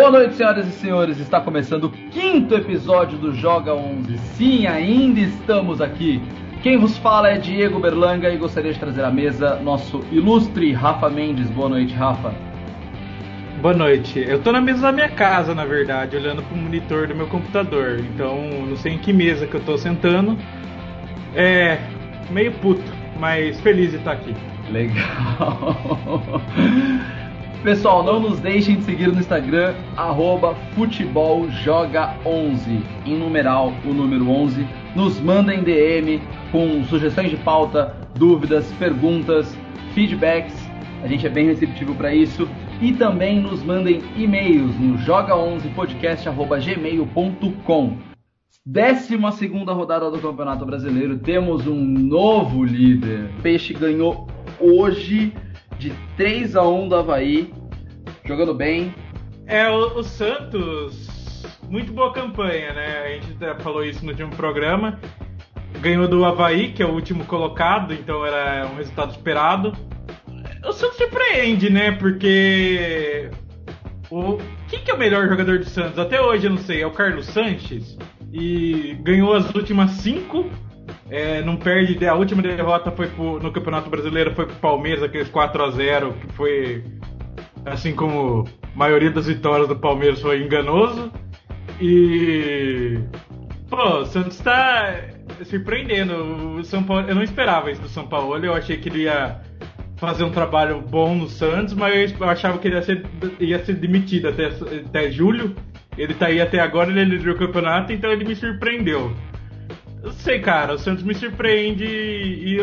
Boa noite, senhoras e senhores. Está começando o 5º episódio do Joga 11. Sim, ainda estamos aqui. Quem vos fala é Diego Berlanga e gostaria de trazer à mesa nosso ilustre Rafa Mendes. Boa noite, Rafa. Boa noite. Eu tô na mesa da minha casa, na verdade, olhando pro monitor do meu computador. Então, não sei em que mesa que eu tô sentando. É meio puto, mas feliz de estar aqui. Legal. Pessoal, não nos deixem de seguir no Instagram, @futeboljoga11, em numeral o número 11. Nos mandem DM com sugestões de pauta, dúvidas, perguntas, feedbacks. A gente é bem receptivo para isso. E também nos mandem e-mails no joga11podcast@gmail.com. 12ª rodada do Campeonato Brasileiro. Temos um novo líder. Peixe ganhou hoje de 3-1 do Avaí, jogando bem. O Santos, muito boa campanha, né? A gente até falou isso no último programa. Ganhou do Avaí, que é o último colocado, então era um resultado esperado. O Santos surpreende, né? Porque quem que é o melhor jogador do Santos? Até hoje eu não sei, é o Carlos Sanches. E ganhou as últimas 5. Não perde, a última derrota foi no Campeonato Brasileiro, foi pro Palmeiras, aqueles 4-0, que foi, assim como a maioria das vitórias do Palmeiras, foi enganoso. E o Santos tá surpreendendo. O São Paulo, eu não esperava isso do São Paulo. Eu achei que ele ia fazer um trabalho bom no Santos, mas eu achava que ele ia ser demitido até julho. Ele tá aí até agora, ele liderou o campeonato, então ele me surpreendeu. Eu sei, cara, o Santos me surpreende e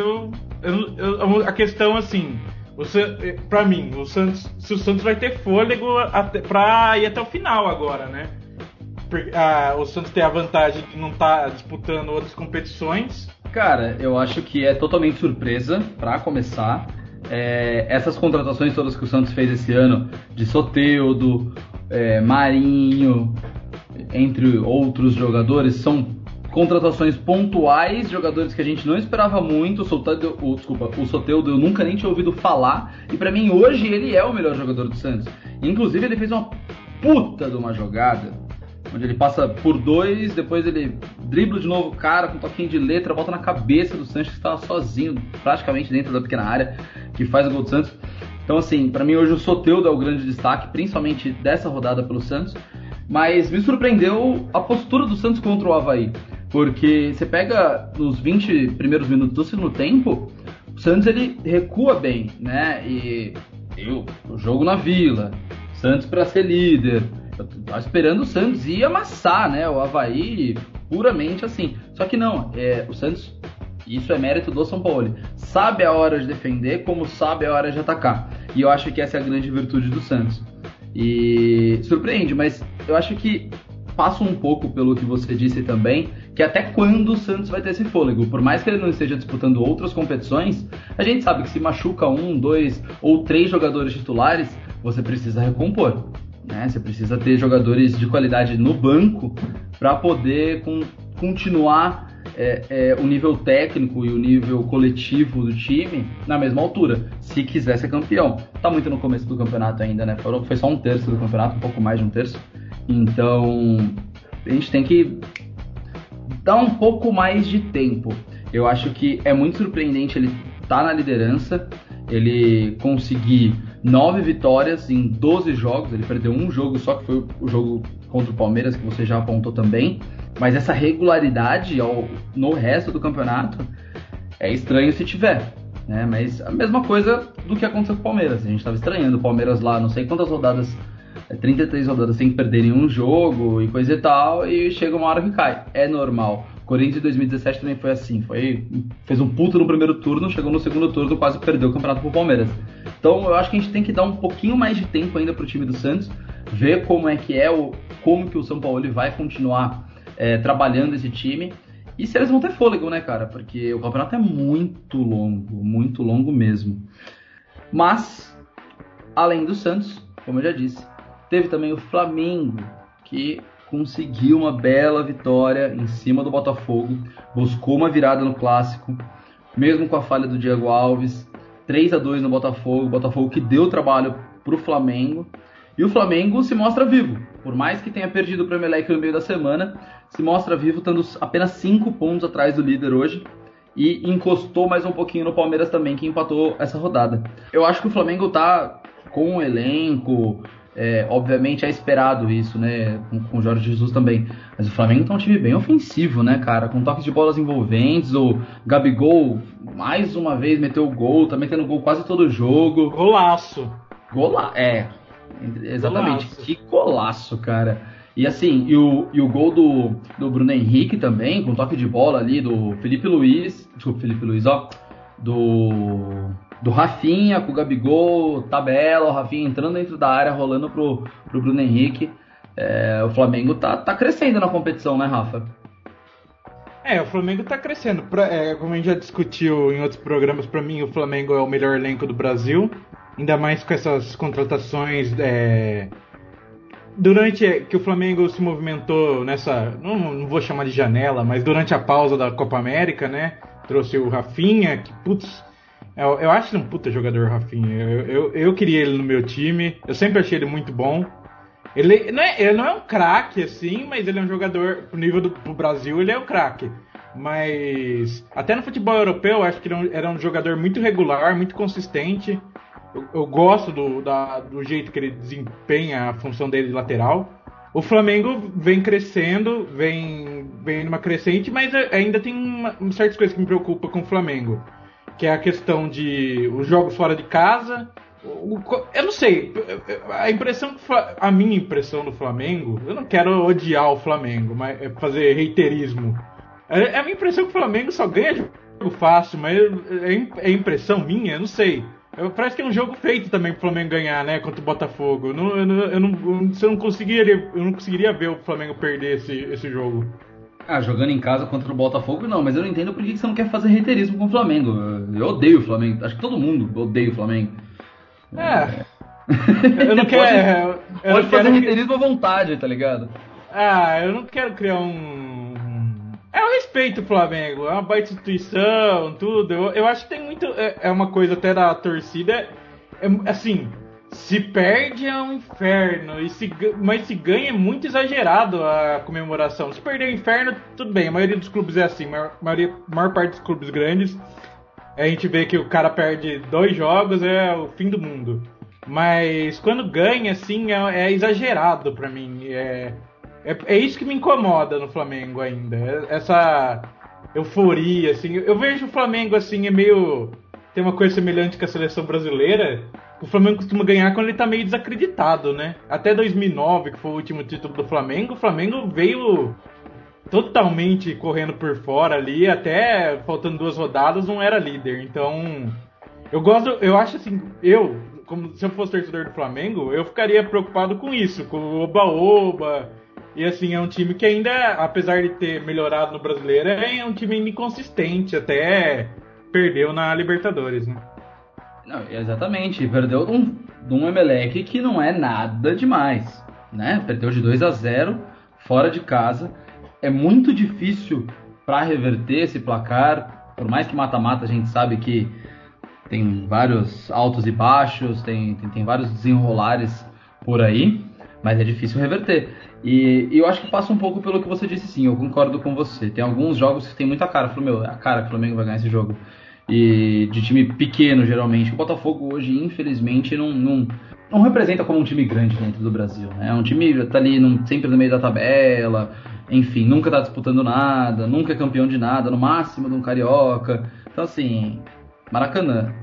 a questão, assim, pra mim, se o Santos vai ter fôlego pra ir até o final agora, né? O Santos tem a vantagem de não estar disputando outras competições. Cara, eu acho que é totalmente surpresa, pra começar. Essas contratações todas que o Santos fez esse ano, de Soteldo, Marinho, entre outros jogadores, são contratações pontuais, jogadores que a gente não esperava muito. O Soteldo eu nunca nem tinha ouvido falar, e pra mim hoje ele é o melhor jogador do Santos. Inclusive ele fez uma puta de uma jogada, onde ele passa por 2, depois ele dribla de novo o cara com um toquinho de letra, volta na cabeça do Sanches, que estava sozinho, praticamente dentro da pequena área, que faz o gol do Santos. Então assim, pra mim hoje o Soteldo é o grande destaque, principalmente dessa rodada pelo Santos. Mas me surpreendeu a postura do Santos contra o Avaí, porque você pega nos 20 primeiros minutos do segundo tempo, o Santos ele recua bem, né? E o jogo na Vila, Santos para ser líder, eu tava esperando o Santos ir amassar, né? O Avaí puramente assim. Só que não, o Santos, isso é mérito do São Paulo, sabe a hora de defender como sabe a hora de atacar. E eu acho que essa é a grande virtude do Santos. E surpreende, mas eu acho que passa um pouco pelo que você disse também, que até quando o Santos vai ter esse fôlego. Por mais que ele não esteja disputando outras competições, a gente sabe que se machuca 1, 2 ou 3 jogadores titulares, você precisa recompor, né? Você precisa ter jogadores de qualidade no banco para poder continuar o nível técnico e o nível coletivo do time na mesma altura, se quiser ser campeão. Tá muito no começo do campeonato ainda, né? Foi só 1/3 do campeonato, um pouco mais de 1/3. Então a gente tem que dar um pouco mais de tempo. Eu acho que é muito surpreendente ele tá na liderança, ele conseguir 9 vitórias em 12 jogos, ele perdeu um jogo só, que foi o jogo contra o Palmeiras, que você já apontou também. Mas essa regularidade no resto do campeonato é estranho se tiver, né? Mas a mesma coisa do que aconteceu com o Palmeiras. A gente estava estranhando o Palmeiras lá, não sei quantas rodadas, 33 rodadas sem perder nenhum jogo e coisa e tal, e chega uma hora que cai. É normal. Corinthians em 2017 também foi assim. Fez um puto no primeiro turno, chegou no segundo turno, quase perdeu o campeonato pro Palmeiras. Então eu acho que a gente tem que dar um pouquinho mais de tempo ainda pro time do Santos, ver como que o São Paulo vai continuar trabalhando esse time, e se eles vão ter fôlego, né, cara? Porque o campeonato é muito longo mesmo. Mas, além do Santos, como eu já disse, teve também o Flamengo, que conseguiu uma bela vitória em cima do Botafogo, buscou uma virada no Clássico, mesmo com a falha do Diego Alves, 3-2 no Botafogo que deu trabalho pro Flamengo. E o Flamengo se mostra vivo, por mais que tenha perdido para o Emelec no meio da semana, se mostra vivo, estando apenas 5 pontos atrás do líder hoje, e encostou mais um pouquinho no Palmeiras também, que empatou essa rodada. Eu acho que o Flamengo tá com o elenco, obviamente é esperado isso, né, com o Jorge Jesus também, mas o Flamengo tá um time bem ofensivo, né, cara, com toques de bolas envolventes. O Gabigol mais uma vez meteu o gol, tá metendo gol quase todo jogo. Golaço. Exatamente, Golaço. Que golaço, cara. E assim, e o gol do Bruno Henrique também, com toque de bola ali do Felipe Luiz, do Rafinha com o Gabigol, tabela, o Rafinha entrando dentro da área, rolando pro Bruno Henrique. O Flamengo tá crescendo na competição, né, Rafa? O Flamengo tá crescendo. Como a gente já discutiu em outros programas, pra mim o Flamengo é o melhor elenco do Brasil. Ainda mais com essas contratações durante que o Flamengo se movimentou nessa, não vou chamar de janela, mas durante a pausa da Copa América, né? Trouxe o Rafinha, que putz, eu acho ele um puta jogador, Rafinha. Eu queria ele no meu time, eu sempre achei ele muito bom. Ele não é um craque assim, mas ele é um jogador, pro nível pro Brasil, ele é um craque. Mas até no futebol europeu, eu acho que ele era um jogador muito regular, muito consistente. Eu gosto do jeito que ele desempenha a função dele de lateral. O Flamengo vem crescendo, vem numa crescente, mas ainda tem certas coisas que me preocupam com o Flamengo, que é a questão de os jogos fora de casa. Eu não sei, a minha impressão do Flamengo, eu não quero odiar o Flamengo, mas fazer reiterismo. A minha impressão é que o Flamengo só ganha jogo fácil, mas é impressão minha, eu não sei. Parece que é um jogo feito também pro Flamengo ganhar, né? Contra o Botafogo. Eu não conseguiria ver o Flamengo perder esse jogo. Jogando em casa contra o Botafogo, não. Mas eu não entendo por que você não quer fazer reiterismo com o Flamengo. Eu odeio o Flamengo. Acho que todo mundo odeia o Flamengo. Eu não quero... Pode fazer reiterismo à vontade, tá ligado? Eu não quero criar eu respeito o Flamengo, é uma baita instituição, tudo. Eu acho que tem muito. É uma coisa até da torcida. Assim, se perde é um inferno. Mas se ganha é muito exagerado a comemoração. Se perder o inferno, tudo bem. A maioria dos clubes é assim. A maior parte dos clubes grandes, a gente vê que o cara perde 2 jogos, é o fim do mundo. Mas quando ganha, assim, é exagerado pra mim. É isso que me incomoda no Flamengo ainda. Essa euforia, assim. Eu vejo o Flamengo, assim, tem uma coisa semelhante com a seleção brasileira. O Flamengo costuma ganhar quando ele tá meio desacreditado, né? Até 2009, que foi o último título do Flamengo, o Flamengo veio totalmente correndo por fora ali. Até faltando 2 rodadas, não era líder. Então, eu acho assim, se eu fosse torcedor do Flamengo, eu ficaria preocupado com isso, com o oba-oba. E assim, é um time que ainda, apesar de ter melhorado no Brasileiro, é um time inconsistente, até perdeu na Libertadores, né? Não, exatamente, perdeu de um Emelec que não é nada demais, né? Perdeu de 2-0 fora de casa. É muito difícil para reverter esse placar, por mais que mata-mata a gente sabe que tem vários altos e baixos, tem vários desenrolares por aí, mas é difícil reverter. E eu acho que passa um pouco pelo que você disse, sim, eu concordo com você. Tem alguns jogos que tem muita cara, é a cara que o Flamengo vai ganhar esse jogo. E de time pequeno, geralmente. O Botafogo hoje, infelizmente, não representa como um time grande dentro do Brasil, né? É um time que tá ali sempre no meio da tabela, enfim, nunca tá disputando nada, nunca é campeão de nada, no máximo de um carioca. Então, assim, Maracanã,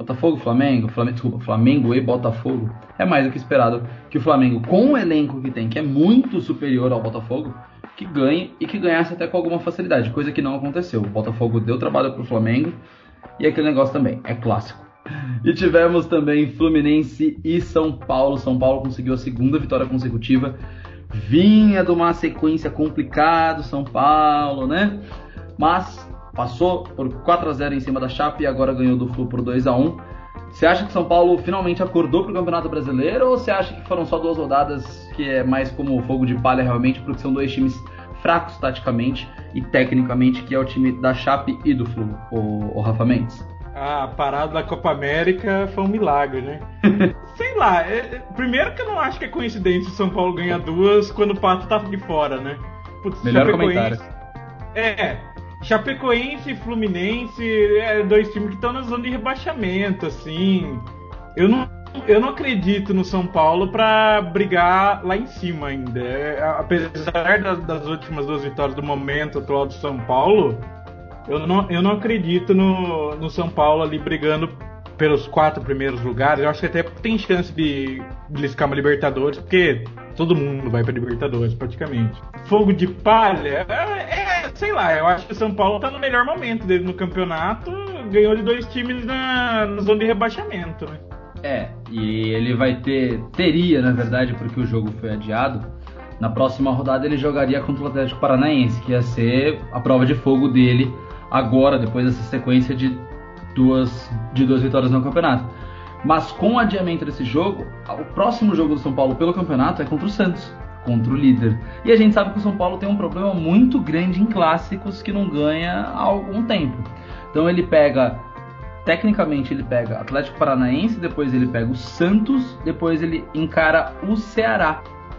Flamengo e Botafogo, é mais do que esperado que o Flamengo, com o elenco que tem, que é muito superior ao Botafogo, que ganhe e que ganhasse até com alguma facilidade, coisa que não aconteceu. O Botafogo deu trabalho pro Flamengo e aquele negócio também, é clássico. E tivemos também Fluminense e São Paulo. São Paulo conseguiu a 2ª vitória consecutiva, vinha de uma sequência complicada, São Paulo, né? Mas passou por 4-0 em cima da Chape e agora ganhou do Flu por 2-1. Você acha que São Paulo finalmente acordou pro Campeonato Brasileiro, ou você acha que foram só 2 rodadas que é mais como fogo de palha realmente, porque são 2 times fracos taticamente e tecnicamente, que é o time da Chape e do Flu, o Rafa Mendes? A parada da Copa América foi um milagre, né? Sei lá, primeiro que eu não acho que é coincidência o São Paulo ganhar duas quando o Pato tava de fora, né? Putz, Melhor comentário. Chapecoense e Fluminense, dois times que estão na zona de rebaixamento, assim. Eu não acredito no São Paulo pra brigar lá em cima ainda. Apesar das últimas duas vitórias do momento atual do São Paulo, eu não acredito no São Paulo ali brigando pelos 4 primeiros lugares. Eu acho que até tem chance de beliscar uma Libertadores, porque todo mundo vai pra Libertadores, praticamente. Fogo de palha, sei lá, eu acho que o São Paulo tá no melhor momento dele no campeonato, ganhou de 2 times na zona de rebaixamento, né? E ele teria, na verdade, porque o jogo foi adiado, na próxima rodada ele jogaria contra o Atlético Paranaense, que ia ser a prova de fogo dele agora, depois dessa sequência de duas vitórias no campeonato. Mas com o adiamento desse jogo, o próximo jogo do São Paulo pelo campeonato é contra o Santos, contra o líder. E a gente sabe que o São Paulo tem um problema muito grande em clássicos que não ganha há algum tempo. Então tecnicamente ele pega Atlético Paranaense, depois ele pega o Santos, depois ele encara o Ceará.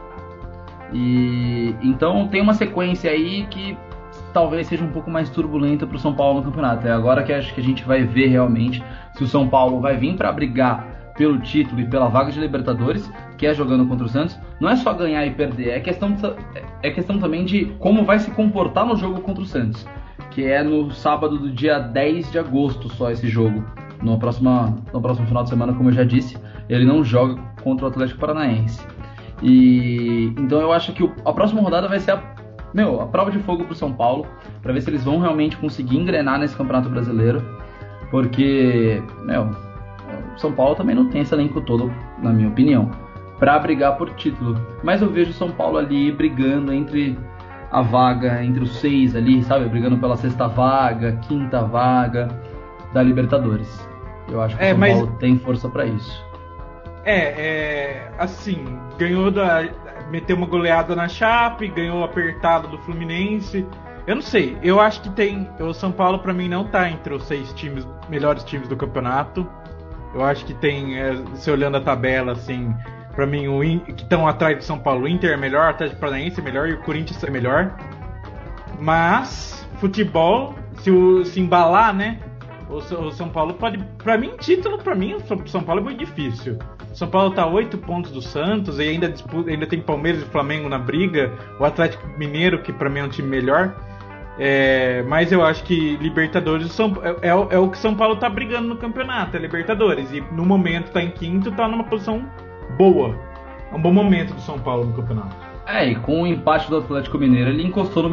E então tem uma sequência aí que talvez seja um pouco mais turbulenta para o São Paulo no campeonato. É agora que acho que a gente vai ver realmente se o São Paulo vai vir para brigar pelo título e pela vaga de Libertadores, que é jogando contra o Santos. Não é só ganhar e perder, é questão também de como vai se comportar no jogo contra o Santos, que é no sábado do dia 10 de agosto só esse jogo. No próximo final de semana, como eu já disse, ele não joga contra o Atlético Paranaense. E então eu acho que a próxima rodada vai ser a prova de fogo pro São Paulo, para ver se eles vão realmente conseguir engrenar nesse Campeonato Brasileiro, porque, o São Paulo também não tem esse elenco todo, na minha opinião, para brigar por título. Mas eu vejo o São Paulo ali brigando entre a vaga, entre os 6 ali, sabe? Brigando pela 6ª vaga, 5ª vaga da Libertadores. Eu acho que o São Paulo tem força para isso. Assim, meteu uma goleada na Chape, ganhou apertado do Fluminense. Eu não sei, eu acho que o São Paulo pra mim não tá entre os 6 melhores times do campeonato. Eu acho que tem, se olhando a tabela assim, pra mim que estão atrás do São Paulo, o Inter é melhor, o Atlético Paranaense é melhor e o Corinthians é melhor. Mas futebol, se embalar, né? O São Paulo pode, pra mim, o São Paulo é muito difícil. O São Paulo tá a 8 pontos do Santos e ainda tem Palmeiras e Flamengo na briga. O Atlético Mineiro, que pra mim é um time melhor. Mas eu acho que Libertadores é o que São Paulo tá brigando no campeonato, é Libertadores. E no momento tá em 5º, tá numa posição boa. É um bom momento do São Paulo no campeonato. E com o empate do Atlético Mineiro, ele encostou no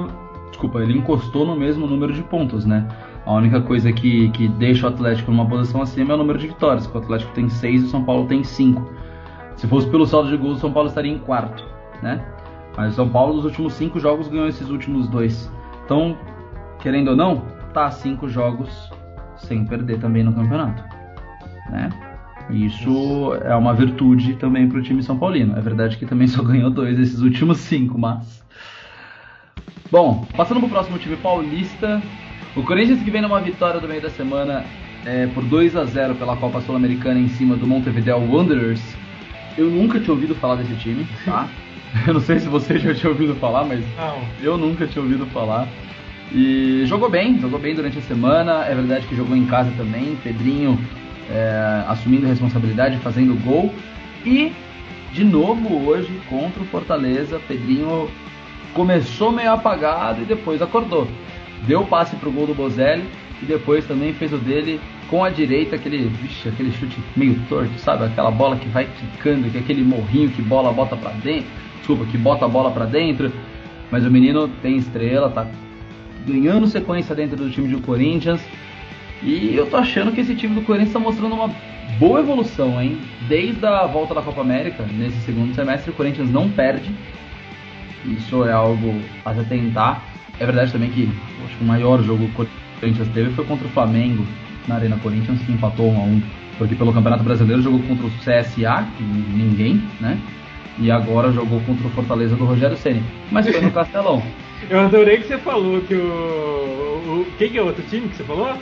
mesmo número de pontos, né? A única coisa que deixa o Atlético numa posição acima é o número de vitórias, que o Atlético tem 6 e o São Paulo tem 5. Se fosse pelo saldo de gols, o São Paulo estaria em 4º, né? Mas o São Paulo, nos últimos 5 jogos, ganhou esses últimos 2. Então, querendo ou não, tá a 5 jogos sem perder também no campeonato, né? Isso é uma virtude também pro time São Paulino. É verdade que também só ganhou 2 esses últimos 5, mas... Bom, passando pro próximo time paulista... O Corinthians, que vem numa vitória do meio da semana por 2-0 pela Copa Sul-Americana em cima do Montevideo Wanderers. Eu nunca tinha ouvido falar desse time, tá? Eu não sei se você já tinha ouvido falar, mas eu nunca tinha ouvido falar. E jogou bem durante a semana. É verdade que jogou em casa também. Pedrinho assumindo a responsabilidade, fazendo gol. E, de novo, hoje, contra o Fortaleza, Pedrinho começou meio apagado e depois acordou. Deu o passe pro gol do Bozelli e depois também fez o dele com a direita, aquele chute meio torto, sabe? Aquela bola que vai quicando, que é aquele morrinho que bola bota pra dentro. Desculpa, que bota a bola pra dentro. Mas o menino tem estrela, tá ganhando sequência dentro do time do Corinthians. E eu tô achando que esse time do Corinthians tá mostrando uma boa evolução, hein? Desde a volta da Copa América, nesse segundo semestre, o Corinthians não perde. Isso é algo a se atentar. É verdade também que acho que o maior jogo que o Corinthians teve foi contra o Flamengo na Arena Corinthians, que empatou 1-1, porque pelo Campeonato Brasileiro jogou contra o CSA, que ninguém, né? E agora jogou contra o Fortaleza do Rogério Ceni, mas foi no Castelão. Eu adorei que você falou que quem que é o outro time que você falou?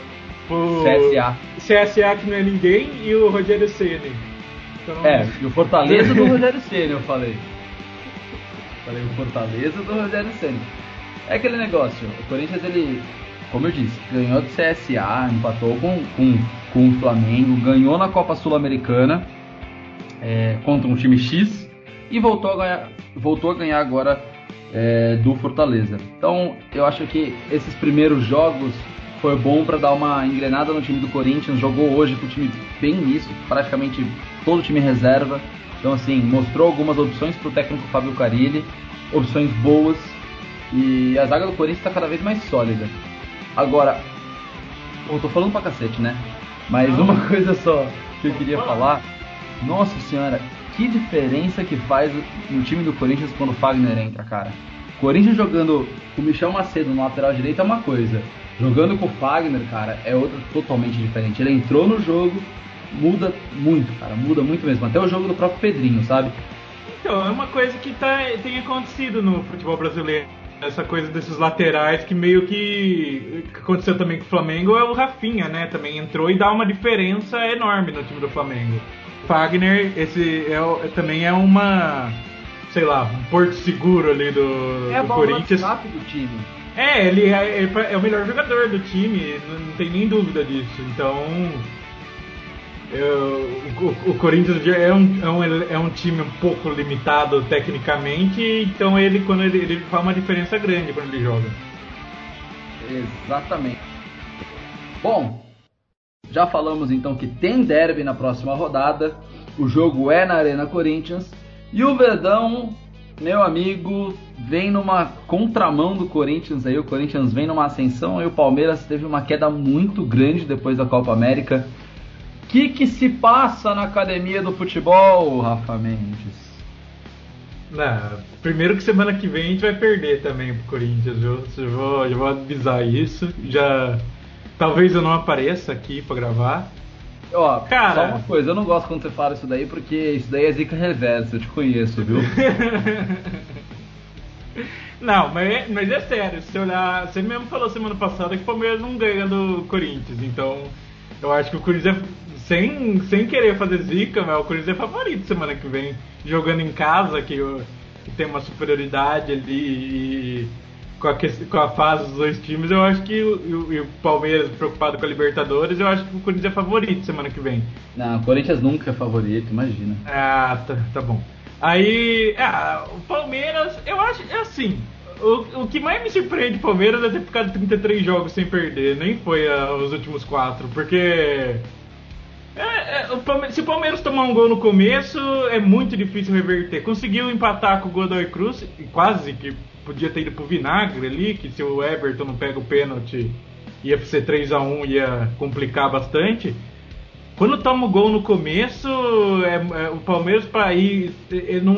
CSA que não é ninguém e o Rogério Ceni. Então... e o Fortaleza do Rogério Ceni, eu falei. O Fortaleza do Rogério Ceni. É aquele negócio, o Corinthians, ele, como eu disse, ganhou do CSA, empatou com o Flamengo, ganhou na Copa Sul-Americana contra um time X e voltou a ganhar agora do Fortaleza. Então, eu acho que esses primeiros jogos foi bom para dar uma engrenada no time do Corinthians. Jogou hoje com o time bem misto, praticamente todo o time reserva. Então, assim, mostrou algumas opções para o técnico Fábio Carille, opções boas, e a zaga do Corinthians está cada vez mais sólida. Agora, eu tô falando pra cacete, né? Mas uma coisa só que eu queria falar. Nossa senhora, que diferença que faz no time do Corinthians quando o Fagner entra, cara. Corinthians jogando com o Michel Macedo no lateral direito é uma coisa, jogando com o Fagner, cara, é outra totalmente diferente. Ele entrou no jogo, muda muito, cara, muda muito mesmo. Até o jogo do próprio Pedrinho, sabe? Então, é uma coisa que tem acontecido no futebol brasileiro. Essa coisa desses laterais que meio que aconteceu também com o Flamengo, é o Rafinha, né? Também entrou e dá uma diferença enorme no time do Flamengo. Fagner, também é uma, sei lá, um porto seguro ali do Corinthians. É a bola do time. Ele é o melhor jogador do time, não tem nem dúvida disso. Então, o Corinthians é um time um pouco limitado tecnicamente, então quando ele faz uma diferença grande quando ele joga. Exatamente. Bom, já falamos então que tem derby na próxima rodada. O jogo é na Arena Corinthians. E o Verdão, meu amigo, vem numa contramão do Corinthians aí. O Corinthians vem numa ascensão e o Palmeiras teve uma queda muito grande depois da Copa América. O que se passa na academia do futebol, Rafa Mendes? Primeiro que semana que vem a gente vai perder também pro Corinthians, viu? Já vou avisar isso. Talvez eu não apareça aqui pra gravar. Cara, só uma coisa, eu não gosto quando você fala isso daí, porque isso daí é zica reversa, eu te conheço, viu? Não, mas é sério, se olhar, você mesmo falou semana passada que o Palmeiras não ganha do Corinthians, então eu acho que o Corinthians sem querer fazer zica, mas o Corinthians é favorito semana que vem, jogando em casa, que tem uma superioridade ali, e com a fase dos dois times, eu acho que o Palmeiras preocupado com a Libertadores, eu acho que o Corinthians é favorito semana que vem. Não, o Corinthians nunca é favorito, imagina. Tá bom. Aí, o Palmeiras, eu acho, assim, o que mais me surpreende do Palmeiras é ter ficado 33 jogos sem perder, nem foi os últimos 4, porque se o Palmeiras tomar um gol no começo, é muito difícil reverter. Conseguiu empatar com o Godoy Cruz, e quase que podia ter ido pro vinagre ali, que se o Everton não pega o pênalti, ia ser 3-1, ia complicar bastante. Quando toma o gol no começo, o Palmeiras para ir, não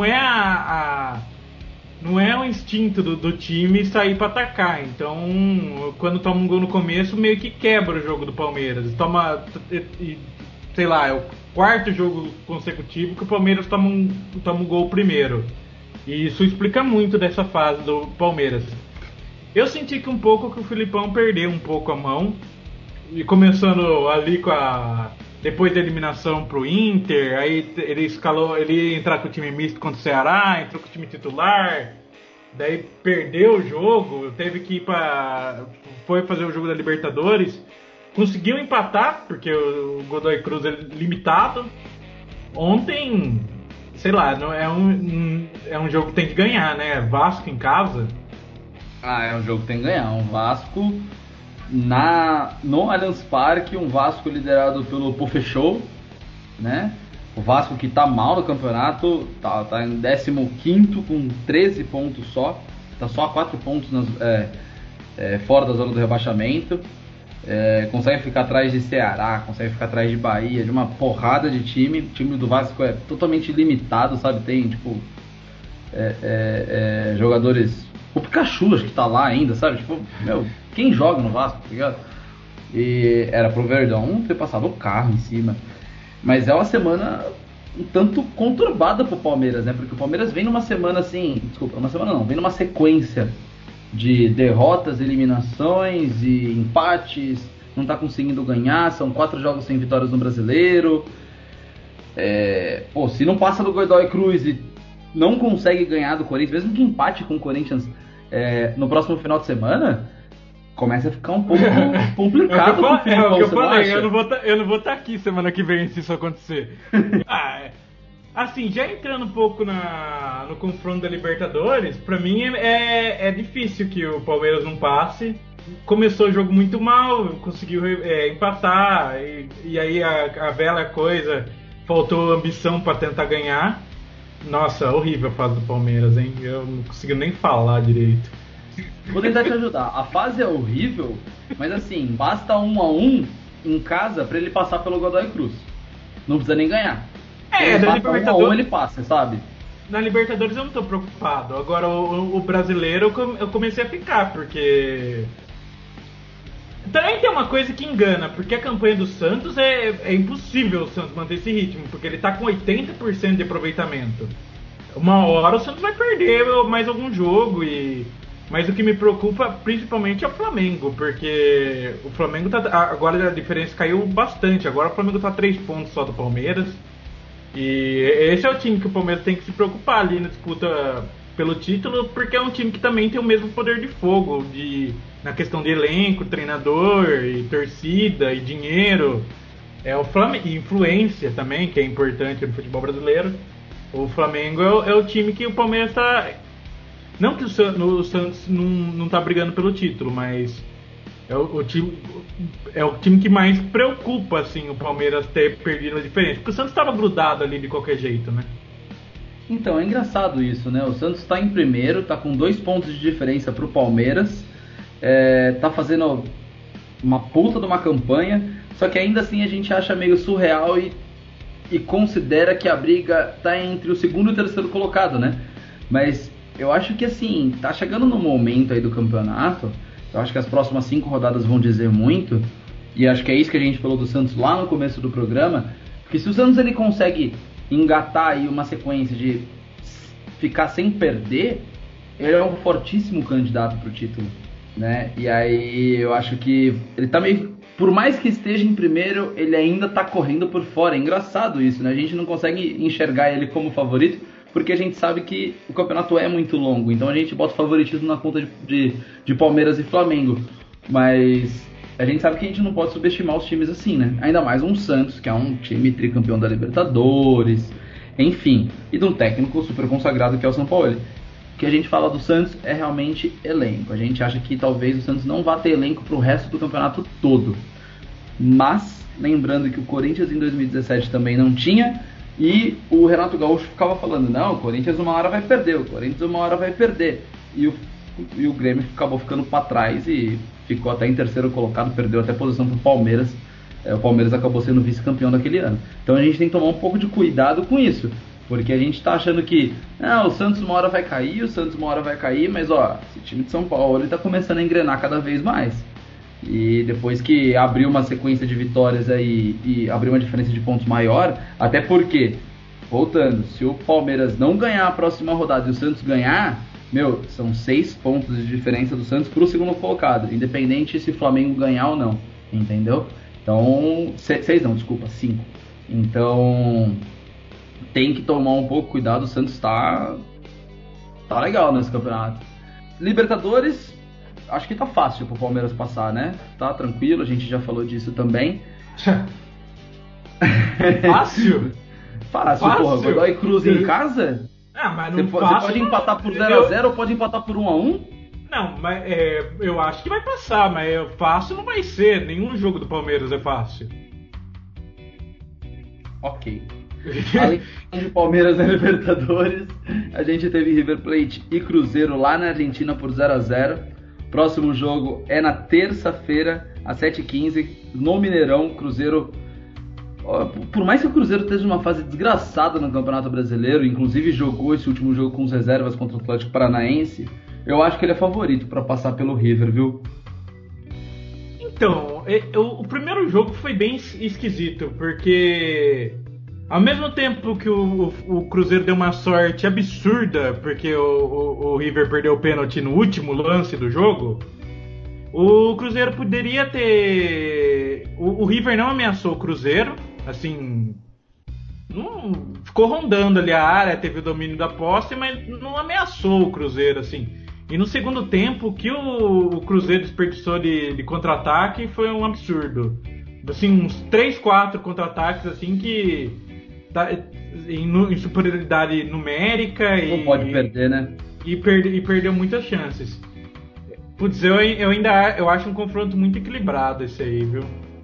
é o instinto do time sair para atacar. Então, quando toma um gol no começo, meio que quebra o jogo do Palmeiras. Sei lá, é o quarto jogo consecutivo que o Palmeiras toma um gol primeiro. E isso explica muito dessa fase do Palmeiras. Eu senti que o Filipão perdeu um pouco a mão. E começando ali depois da eliminação pro Inter, aí ele ia entrar com o time misto contra o Ceará, entrou com o time titular, daí perdeu o jogo, teve que foi fazer o jogo da Libertadores, conseguiu empatar, porque o Godoy Cruz é limitado. Ontem, sei lá, não é um jogo que tem que ganhar, né? Vasco em casa. É um jogo que tem que ganhar. Um Vasco no Allianz Parque, um Vasco liderado pelo Pofechou, né? O Vasco que tá mal no campeonato, tá em 15º com 13 pontos só, tá só a 4 pontos fora da zona do rebaixamento. Consegue ficar atrás de Ceará, consegue ficar atrás de Bahia, de uma porrada de time. O time do Vasco é totalmente limitado, sabe? Tem tipo jogadores. O Pikachu acho que tá lá ainda, sabe? Tipo, quem joga no Vasco, tá ligado? E era pro Verdão ter passado o carro em cima. Mas é uma semana um tanto conturbada pro Palmeiras, né? Porque o Palmeiras vem numa semana assim. Desculpa, uma semana não, vem numa sequência de derrotas, eliminações e empates não tá conseguindo ganhar, são 4 jogos sem vitórias no Brasileiro. Se não passa do Godoy Cruz e não consegue ganhar do Corinthians, mesmo que empate com o Corinthians no próximo final de semana, começa a ficar um pouco complicado. É o que eu falei, eu não vou estar aqui semana que vem se isso acontecer. Assim, já entrando um pouco no confronto da Libertadores, pra mim é difícil que o Palmeiras não passe. Começou o jogo muito mal, conseguiu empatar, e aí a bela coisa, faltou ambição pra tentar ganhar. Nossa, horrível a fase do Palmeiras, hein? Eu não consigo nem falar direito. Vou tentar te ajudar. A fase é horrível, mas assim, basta 1-1 em casa pra ele passar pelo Godoy Cruz. Não precisa nem ganhar. Da Libertadores ele passa, sabe? Na Libertadores eu não tô preocupado. Agora o brasileiro eu comecei a ficar, porque também tem uma coisa que engana, porque a campanha do Santos é impossível o Santos manter esse ritmo, porque ele tá com 80% de aproveitamento. Uma hora o Santos vai perder mais algum jogo, mas o que me preocupa principalmente é o Flamengo, porque o Flamengo agora a diferença caiu bastante, agora o Flamengo tá 3 pontos só do Palmeiras, e esse é o time que o Palmeiras tem que se preocupar ali na disputa pelo título, porque é um time que também tem o mesmo poder de fogo, na questão de elenco, treinador, e torcida, e dinheiro, o Flamengo, e influência também, que é importante no futebol brasileiro. O Flamengo é o time que o Palmeiras tá... Não que o Santos não tá brigando pelo título, mas é o time que mais preocupa, assim, o Palmeiras ter perdido a diferença. Porque o Santos estava grudado ali de qualquer jeito, né? Então, é engraçado isso, né? O Santos tá em primeiro, tá com 2 pontos de diferença pro Palmeiras, tá fazendo uma puta de uma campanha, só que ainda assim a gente acha meio surreal e considera que a briga tá entre o segundo e o terceiro colocado, né? Mas eu acho que assim, tá chegando no momento aí do campeonato, eu acho que as próximas 5 rodadas vão dizer muito, e acho que é isso que a gente falou do Santos lá no começo do programa, porque se o Santos ele consegue engatar aí uma sequência de ficar sem perder, ele é um fortíssimo candidato pro título, né? E aí eu acho que ele tá meio... Por mais que esteja em primeiro, ele ainda tá correndo por fora. É engraçado isso, né? A gente não consegue enxergar ele como favorito, porque a gente sabe que o campeonato é muito longo. Então a gente bota o favoritismo na conta de Palmeiras e Flamengo. Mas a gente sabe que a gente não pode subestimar os times assim, né? Ainda mais um Santos, que é um time tricampeão da Libertadores, enfim. E de um técnico super consagrado, que é o São Paulo. O que a gente fala do Santos é realmente elenco. A gente acha que talvez o Santos não vá ter elenco pro resto do campeonato todo. Mas, lembrando que o Corinthians em 2017 também não tinha, e o Renato Gaúcho ficava falando, não, o Corinthians uma hora vai perder, o Corinthians uma hora vai perder. E o Grêmio acabou ficando para trás e ficou até em terceiro colocado, perdeu até posição pro Palmeiras. O Palmeiras acabou sendo vice-campeão daquele ano. Então a gente tem que tomar um pouco de cuidado com isso. Porque a gente tá achando que o Santos uma hora vai cair, mas esse time de São Paulo ele tá começando a engrenar cada vez mais. E depois que abriu uma sequência de vitórias aí e abriu uma diferença de pontos maior, até porque, voltando, se o Palmeiras não ganhar a próxima rodada e o Santos ganhar, são 6 pontos de diferença do Santos pro segundo colocado, independente se o Flamengo ganhar ou não, entendeu? Então, 5. Então... tem que tomar um pouco cuidado, o Santos tá legal nesse campeonato. Libertadores, acho que tá fácil pro Palmeiras passar, né? Tá tranquilo, a gente já falou disso também. Fácil? Fácil, porra. Godoy Cruz em casa? Mas não Você pode empatar por 0x0 ou pode empatar por 1x1? Não, mas eu acho que vai passar, mas fácil não vai ser. Nenhum jogo do Palmeiras é fácil. Ok. Além de Palmeiras na Libertadores, a gente teve River Plate e Cruzeiro lá na Argentina por 0x0. Próximo jogo é na terça-feira, às 7h15, no Mineirão. Cruzeiro, por mais que o Cruzeiro esteja numa fase desgraçada no Campeonato Brasileiro, inclusive jogou esse último jogo com as reservas contra o Atlético Paranaense, eu acho que ele é favorito para passar pelo River, viu? Então, o primeiro jogo foi bem esquisito, porque ao mesmo tempo que o Cruzeiro deu uma sorte absurda, porque o River perdeu o pênalti no último lance do jogo, O Cruzeiro poderia ter... O River não ameaçou o Cruzeiro, assim... Não ficou rondando ali a área, teve o domínio da posse, mas não ameaçou o Cruzeiro, assim. E no segundo tempo, o que o Cruzeiro desperdiçou de contra-ataque foi um absurdo. Assim, uns 3, 4 contra-ataques, assim, que... Em superioridade numérica não pode perder, né? E perdeu muitas chances. Putz, eu acho um confronto muito equilibrado esse aí, viu?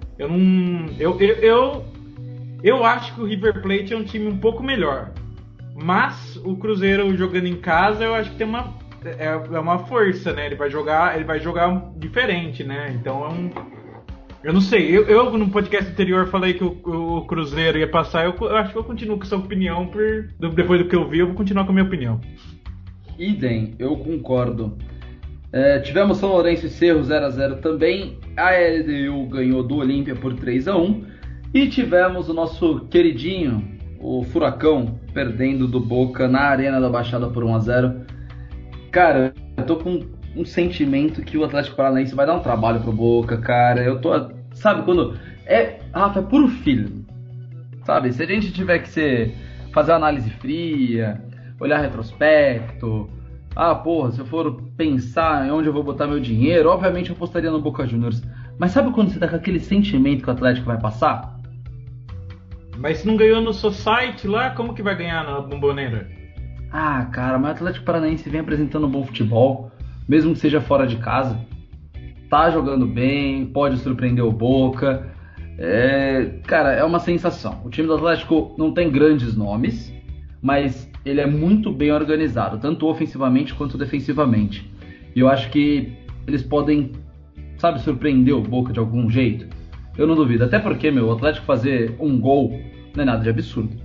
Eu acho que o River Plate é um time um pouco melhor. Mas o Cruzeiro jogando em casa, eu acho que tem uma força, né? Ele vai jogar diferente, né? Então eu não sei. Eu no podcast anterior falei que o Cruzeiro ia passar. Eu acho que eu continuo com essa opinião. Depois do que eu vi, eu vou continuar com a minha opinião. Idem, eu concordo. Tivemos São Lourenço e Cerro 0x0 também. A LDU ganhou do Olímpia por 3x1. E tivemos o nosso queridinho, o Furacão, perdendo do Boca na Arena da Baixada por 1x0. Cara, eu tô com um sentimento que o Atlético Paranaense vai dar um trabalho pro Boca, cara. Eu tô... Sabe quando... Rafa, é puro filho. Sabe, se a gente tiver que fazer uma análise fria, olhar retrospecto... se eu for pensar em onde eu vou botar meu dinheiro, obviamente eu apostaria no Boca Juniors. Mas sabe quando você tá com aquele sentimento que o Atlético vai passar? Mas se não ganhou no Society lá, como que vai ganhar na Bombonera? Cara, mas o Atlético Paranaense vem apresentando um bom futebol, mesmo que seja fora de casa. Tá jogando bem, pode surpreender o Boca. Cara, é uma sensação. O time do Atlético não tem grandes nomes, mas ele é muito bem organizado, tanto ofensivamente quanto defensivamente. E eu acho que eles podem, surpreender o Boca de algum jeito. Eu não duvido, até porque, o Atlético fazer um gol não é nada de absurdo.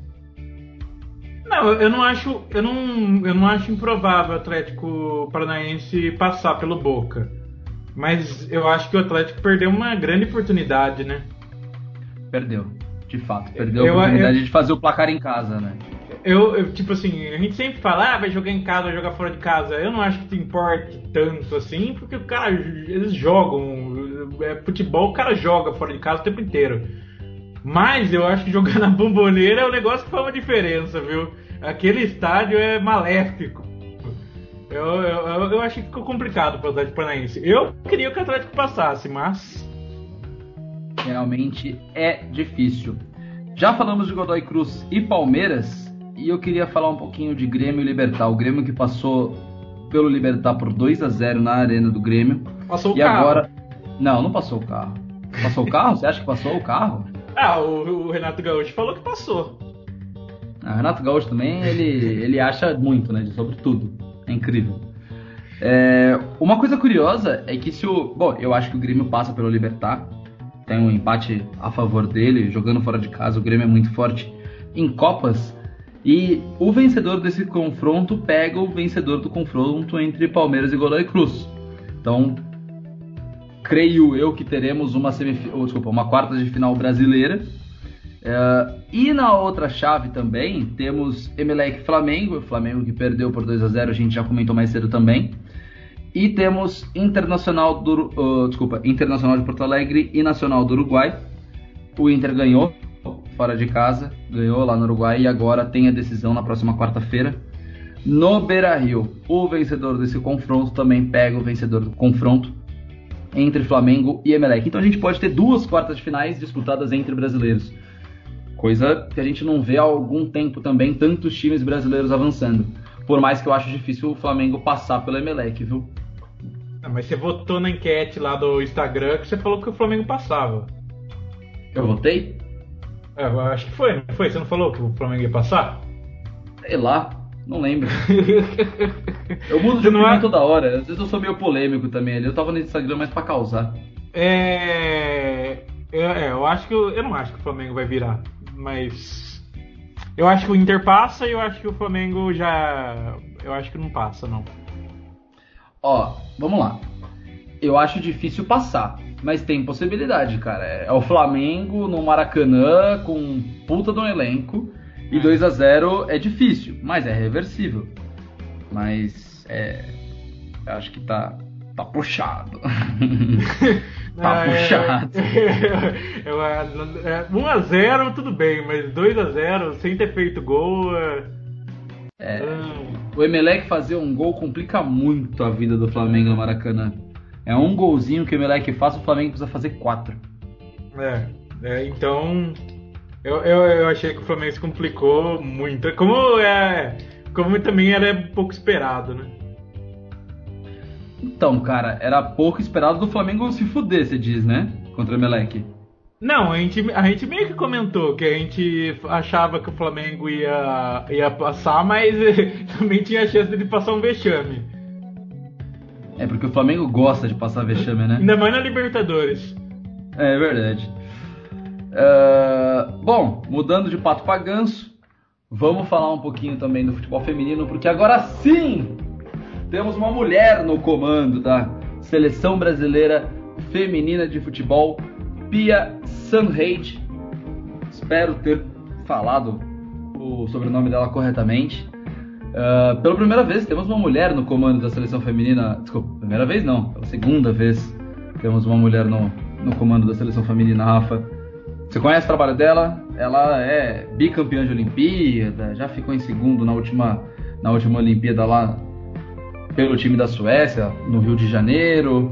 Não, eu não acho improvável o Atlético Paranaense passar pelo Boca. Mas eu acho que o Atlético perdeu uma grande oportunidade, né? Perdeu, de fato. Perdeu a oportunidade de fazer o placar em casa, né? Tipo assim, a gente sempre fala, vai jogar em casa, vai jogar fora de casa. Eu não acho que importe tanto assim, porque o cara, eles jogam. Futebol, o cara joga fora de casa o tempo inteiro. Mas eu acho que jogar na Bombonera é um negócio que faz uma diferença, viu? Aquele estádio é maléfico. Eu acho que ficou complicado para o Atlético Paranaense. Eu queria que o Atlético passasse, mas... Realmente é difícil. Já falamos de Godoy Cruz e Palmeiras, e eu queria falar um pouquinho de Grêmio e Libertad. O Grêmio que passou pelo Libertad por 2x0 na arena do Grêmio. Passou o carro. E agora... Não passou o carro. Passou o carro? Você acha que passou o carro? O Renato Gaúcho falou que passou. O Renato Gaúcho também, ele acha muito, né? Sobre tudo. É incrível. Uma coisa curiosa é que eu acho que o Grêmio passa pelo Libertad. Tem um empate a favor dele, jogando fora de casa. O Grêmio é muito forte em Copas. E o vencedor desse confronto pega o vencedor do confronto entre Palmeiras e Godoy Cruz. Então, creio eu que teremos uma quarta de final brasileira. E na outra chave também temos Emelec e Flamengo. O Flamengo que perdeu por 2x0, a gente já comentou mais cedo também. E temos Internacional de Porto Alegre e Nacional do Uruguai. O Inter ganhou fora de casa, ganhou lá no Uruguai e agora tem a decisão na próxima quarta-feira no Beira-Rio. O vencedor desse confronto também pega o vencedor do confronto entre Flamengo e Emelec. Então a gente pode ter 2 quartas de finais disputadas entre brasileiros, coisa que a gente não vê há algum tempo também, tantos times brasileiros avançando. Por mais que eu acho difícil o Flamengo passar pelo Emelec, viu? Mas você votou na enquete lá do Instagram que você falou que o Flamengo passava. Eu votei? Eu acho que foi, não foi? Você não falou que o Flamengo ia passar? Sei lá, não lembro. Eu mudo de opinião toda hora. Às vezes eu sou meio polêmico também ali. Eu tava no Instagram mais pra causar. Eu acho que eu não acho que o Flamengo vai virar, mas eu acho que o Inter passa e eu acho que o Flamengo eu acho que não passa, não. Vamos lá. Eu acho difícil passar, mas tem possibilidade, cara. É o Flamengo no Maracanã com um puta de um elenco e 2x0 é difícil, mas é reversível. Mas eu acho que tá Tá puxado. Tá puxado. 1-0 tudo bem, mas 2-0 sem ter feito gol. O Emelec fazer um gol complica muito a vida do Flamengo no Maracanã. É um golzinho que o Emelec faz, o Flamengo precisa fazer 4. Então eu achei que o Flamengo se complicou muito. Como também era pouco esperado, né? Então, cara, era pouco esperado do Flamengo se fuder, você diz, né? Contra o Emelec. Não, a gente meio que comentou que a gente achava que o Flamengo ia passar, mas também tinha a chance de passar um vexame. É porque o Flamengo gosta de passar vexame, né? Ainda mais na Libertadores. É verdade. Bom, mudando de pato pra ganso, vamos falar um pouquinho também do futebol feminino, porque agora sim temos uma mulher no comando da Seleção Brasileira Feminina de Futebol, Pia Sundhage. Espero ter falado o sobrenome dela corretamente. Pela primeira vez temos uma mulher no comando da Seleção Feminina. Desculpa, primeira vez não, pela segunda vez temos uma mulher no comando da Seleção Feminina, Rafa. Você conhece o trabalho dela? Ela é bicampeã de Olimpíada, já ficou em segundo na última Olimpíada lá pelo time da Suécia, no Rio de Janeiro.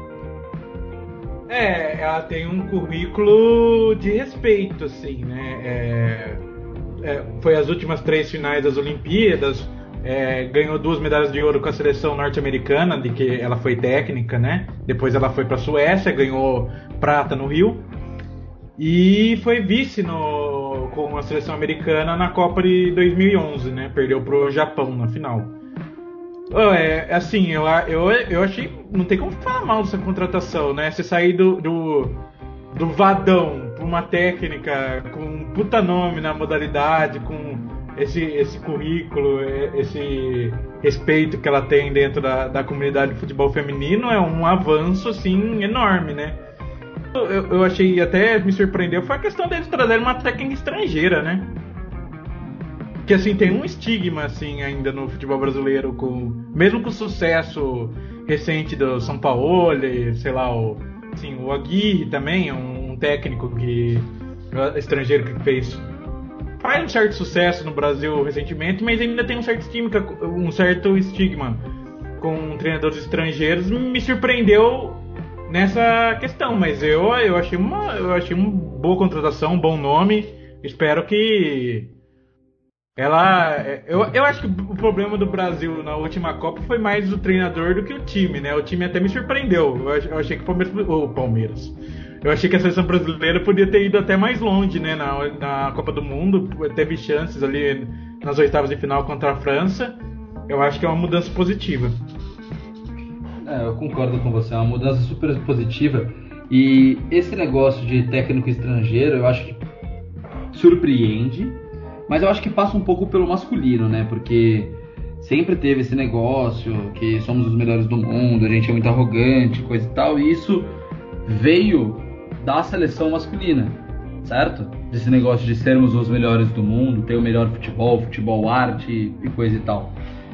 Ela tem um currículo de respeito, assim, né? Foi as últimas 3 finais das Olimpíadas, ganhou 2 medalhas de ouro com a seleção norte-americana, de que ela foi técnica, né? Depois ela foi para a Suécia, ganhou prata no Rio, e foi vice com a seleção americana na Copa de 2011, né? Perdeu pro Japão na final. Assim, eu achei, não tem como falar mal dessa contratação, né? Você sair do vadão pra uma técnica com um puta nome na modalidade, com esse currículo, esse respeito que ela tem dentro da comunidade de futebol feminino, é um avanço, assim, enorme, né? Eu achei, até me surpreendeu, foi a questão deles trazerem uma técnica estrangeira, né? Que, assim, tem um estigma, assim, ainda no futebol brasileiro, mesmo com o sucesso recente do São Paulo, sei lá, o Aguirre também, um técnico estrangeiro que faz um certo sucesso no Brasil recentemente, mas ainda tem um certo estigma com treinadores estrangeiros. Me surpreendeu nessa questão, mas eu achei uma boa contratação, um bom nome. Espero que eu acho que o problema do Brasil na última Copa foi mais o treinador do que o time, né? O time até me surpreendeu. Eu achei que o Palmeiras. Eu achei que a seleção brasileira podia ter ido até mais longe, né? Na Copa do Mundo, teve chances ali nas oitavas de final contra a França. Eu acho que é uma mudança positiva. Eu concordo com você, é uma mudança super positiva. E esse negócio de técnico estrangeiro, eu acho que surpreende. Mas eu acho que passa um pouco pelo masculino, né? Porque sempre teve esse negócio que somos os melhores do mundo, a gente é muito arrogante, coisa e tal. E isso veio da seleção masculina, certo? Desse negócio de sermos os melhores do mundo, ter o melhor futebol arte e coisa e tal.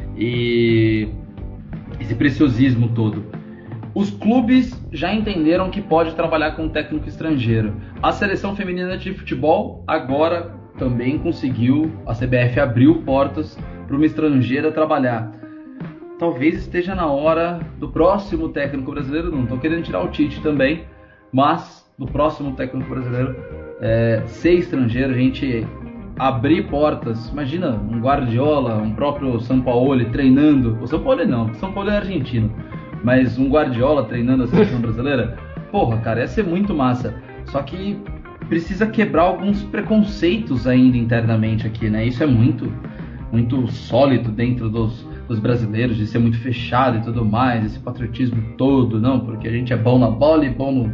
E esse preciosismo todo. Os clubes já entenderam que pode trabalhar com um técnico estrangeiro. A seleção feminina de futebol agora também conseguiu, a CBF abriu portas para uma estrangeira trabalhar. Talvez esteja na hora do próximo técnico brasileiro, não estou querendo tirar o Tite também, mas do próximo técnico brasileiro ser estrangeiro, a gente abrir portas. Imagina um Guardiola, um próprio Sampaoli treinando, o Sampaoli não, porque o Sampaoli é argentino, mas um Guardiola treinando a seleção brasileira, porra, cara, ia ser muito massa. Só que precisa quebrar alguns preconceitos ainda internamente aqui, né? Isso é muito, muito sólido dentro dos brasileiros, de ser muito fechado e tudo mais, esse patriotismo todo, não, porque a gente é bom na bola e bom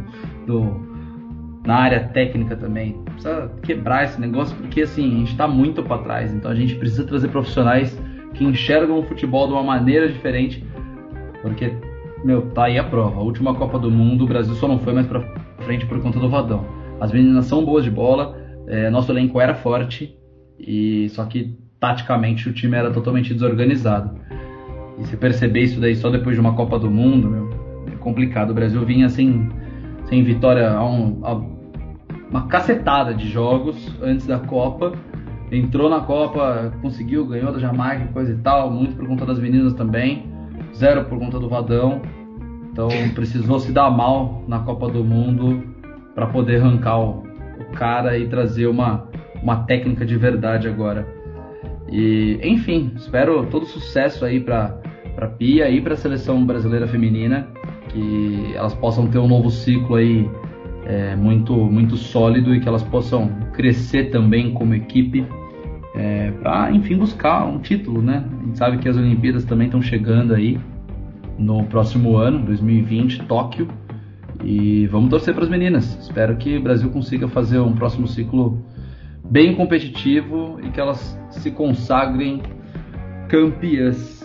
na área técnica também. Precisa quebrar esse negócio, porque assim, a gente está muito para trás, então a gente precisa trazer profissionais que enxergam o futebol de uma maneira diferente, porque, tá aí a prova. A última Copa do Mundo, o Brasil só não foi mais para frente por conta do Vadão. As meninas são boas de bola, nosso elenco era forte, só que taticamente o time era totalmente desorganizado. E se perceber isso daí só depois de uma Copa do Mundo, É complicado. O Brasil vinha sem vitória há uma cacetada de jogos antes da Copa. Entrou na Copa, conseguiu, ganhou da Jamaica, coisa e tal, muito por conta das meninas também, 0 por conta do Vadão. Então precisou se dar mal na Copa do Mundo para poder arrancar o cara e trazer uma técnica de verdade agora. E enfim, espero todo sucesso aí para Pia e para a seleção brasileira feminina, que elas possam ter um novo ciclo aí muito, muito sólido e que elas possam crescer também como equipe para, enfim, buscar um título, né? A gente sabe que as Olimpíadas também estão chegando aí no próximo ano, 2020, Tóquio, e vamos torcer para as meninas. Espero que o Brasil consiga fazer um próximo ciclo bem competitivo e que elas se consagrem campeãs.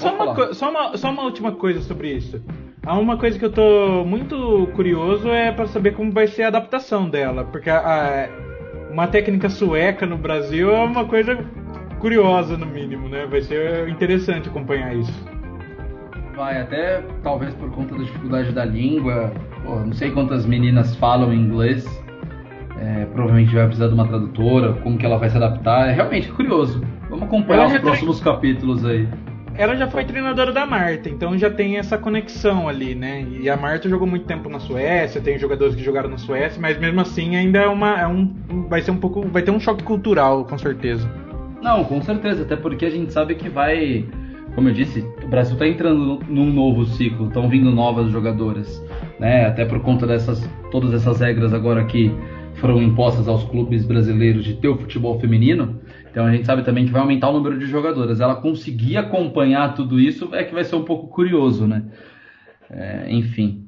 Só uma última coisa sobre isso. Há uma coisa que eu tô muito curioso para saber como vai ser a adaptação dela, porque uma técnica sueca no Brasil é uma coisa curiosa, no mínimo, né? Vai ser interessante acompanhar isso. Vai, até talvez por conta da dificuldade da língua. Não sei quantas meninas falam inglês. Provavelmente vai precisar de uma tradutora, como que ela vai se adaptar. É realmente curioso. Vamos acompanhar os próximos capítulos aí. Ela já foi treinadora da Marta, então já tem essa conexão ali, né? E a Marta jogou muito tempo na Suécia, tem jogadores que jogaram na Suécia, mas mesmo assim ainda vai ter um choque cultural, com certeza. Não, com certeza, até porque a gente sabe que vai, como eu disse, o Brasil está entrando num novo ciclo, estão vindo novas jogadoras, né? Até por conta todas essas regras agora que foram impostas aos clubes brasileiros de ter o futebol feminino. Então a gente sabe também que vai aumentar o número de jogadoras. Ela conseguir acompanhar tudo isso que vai ser um pouco curioso, né? Enfim.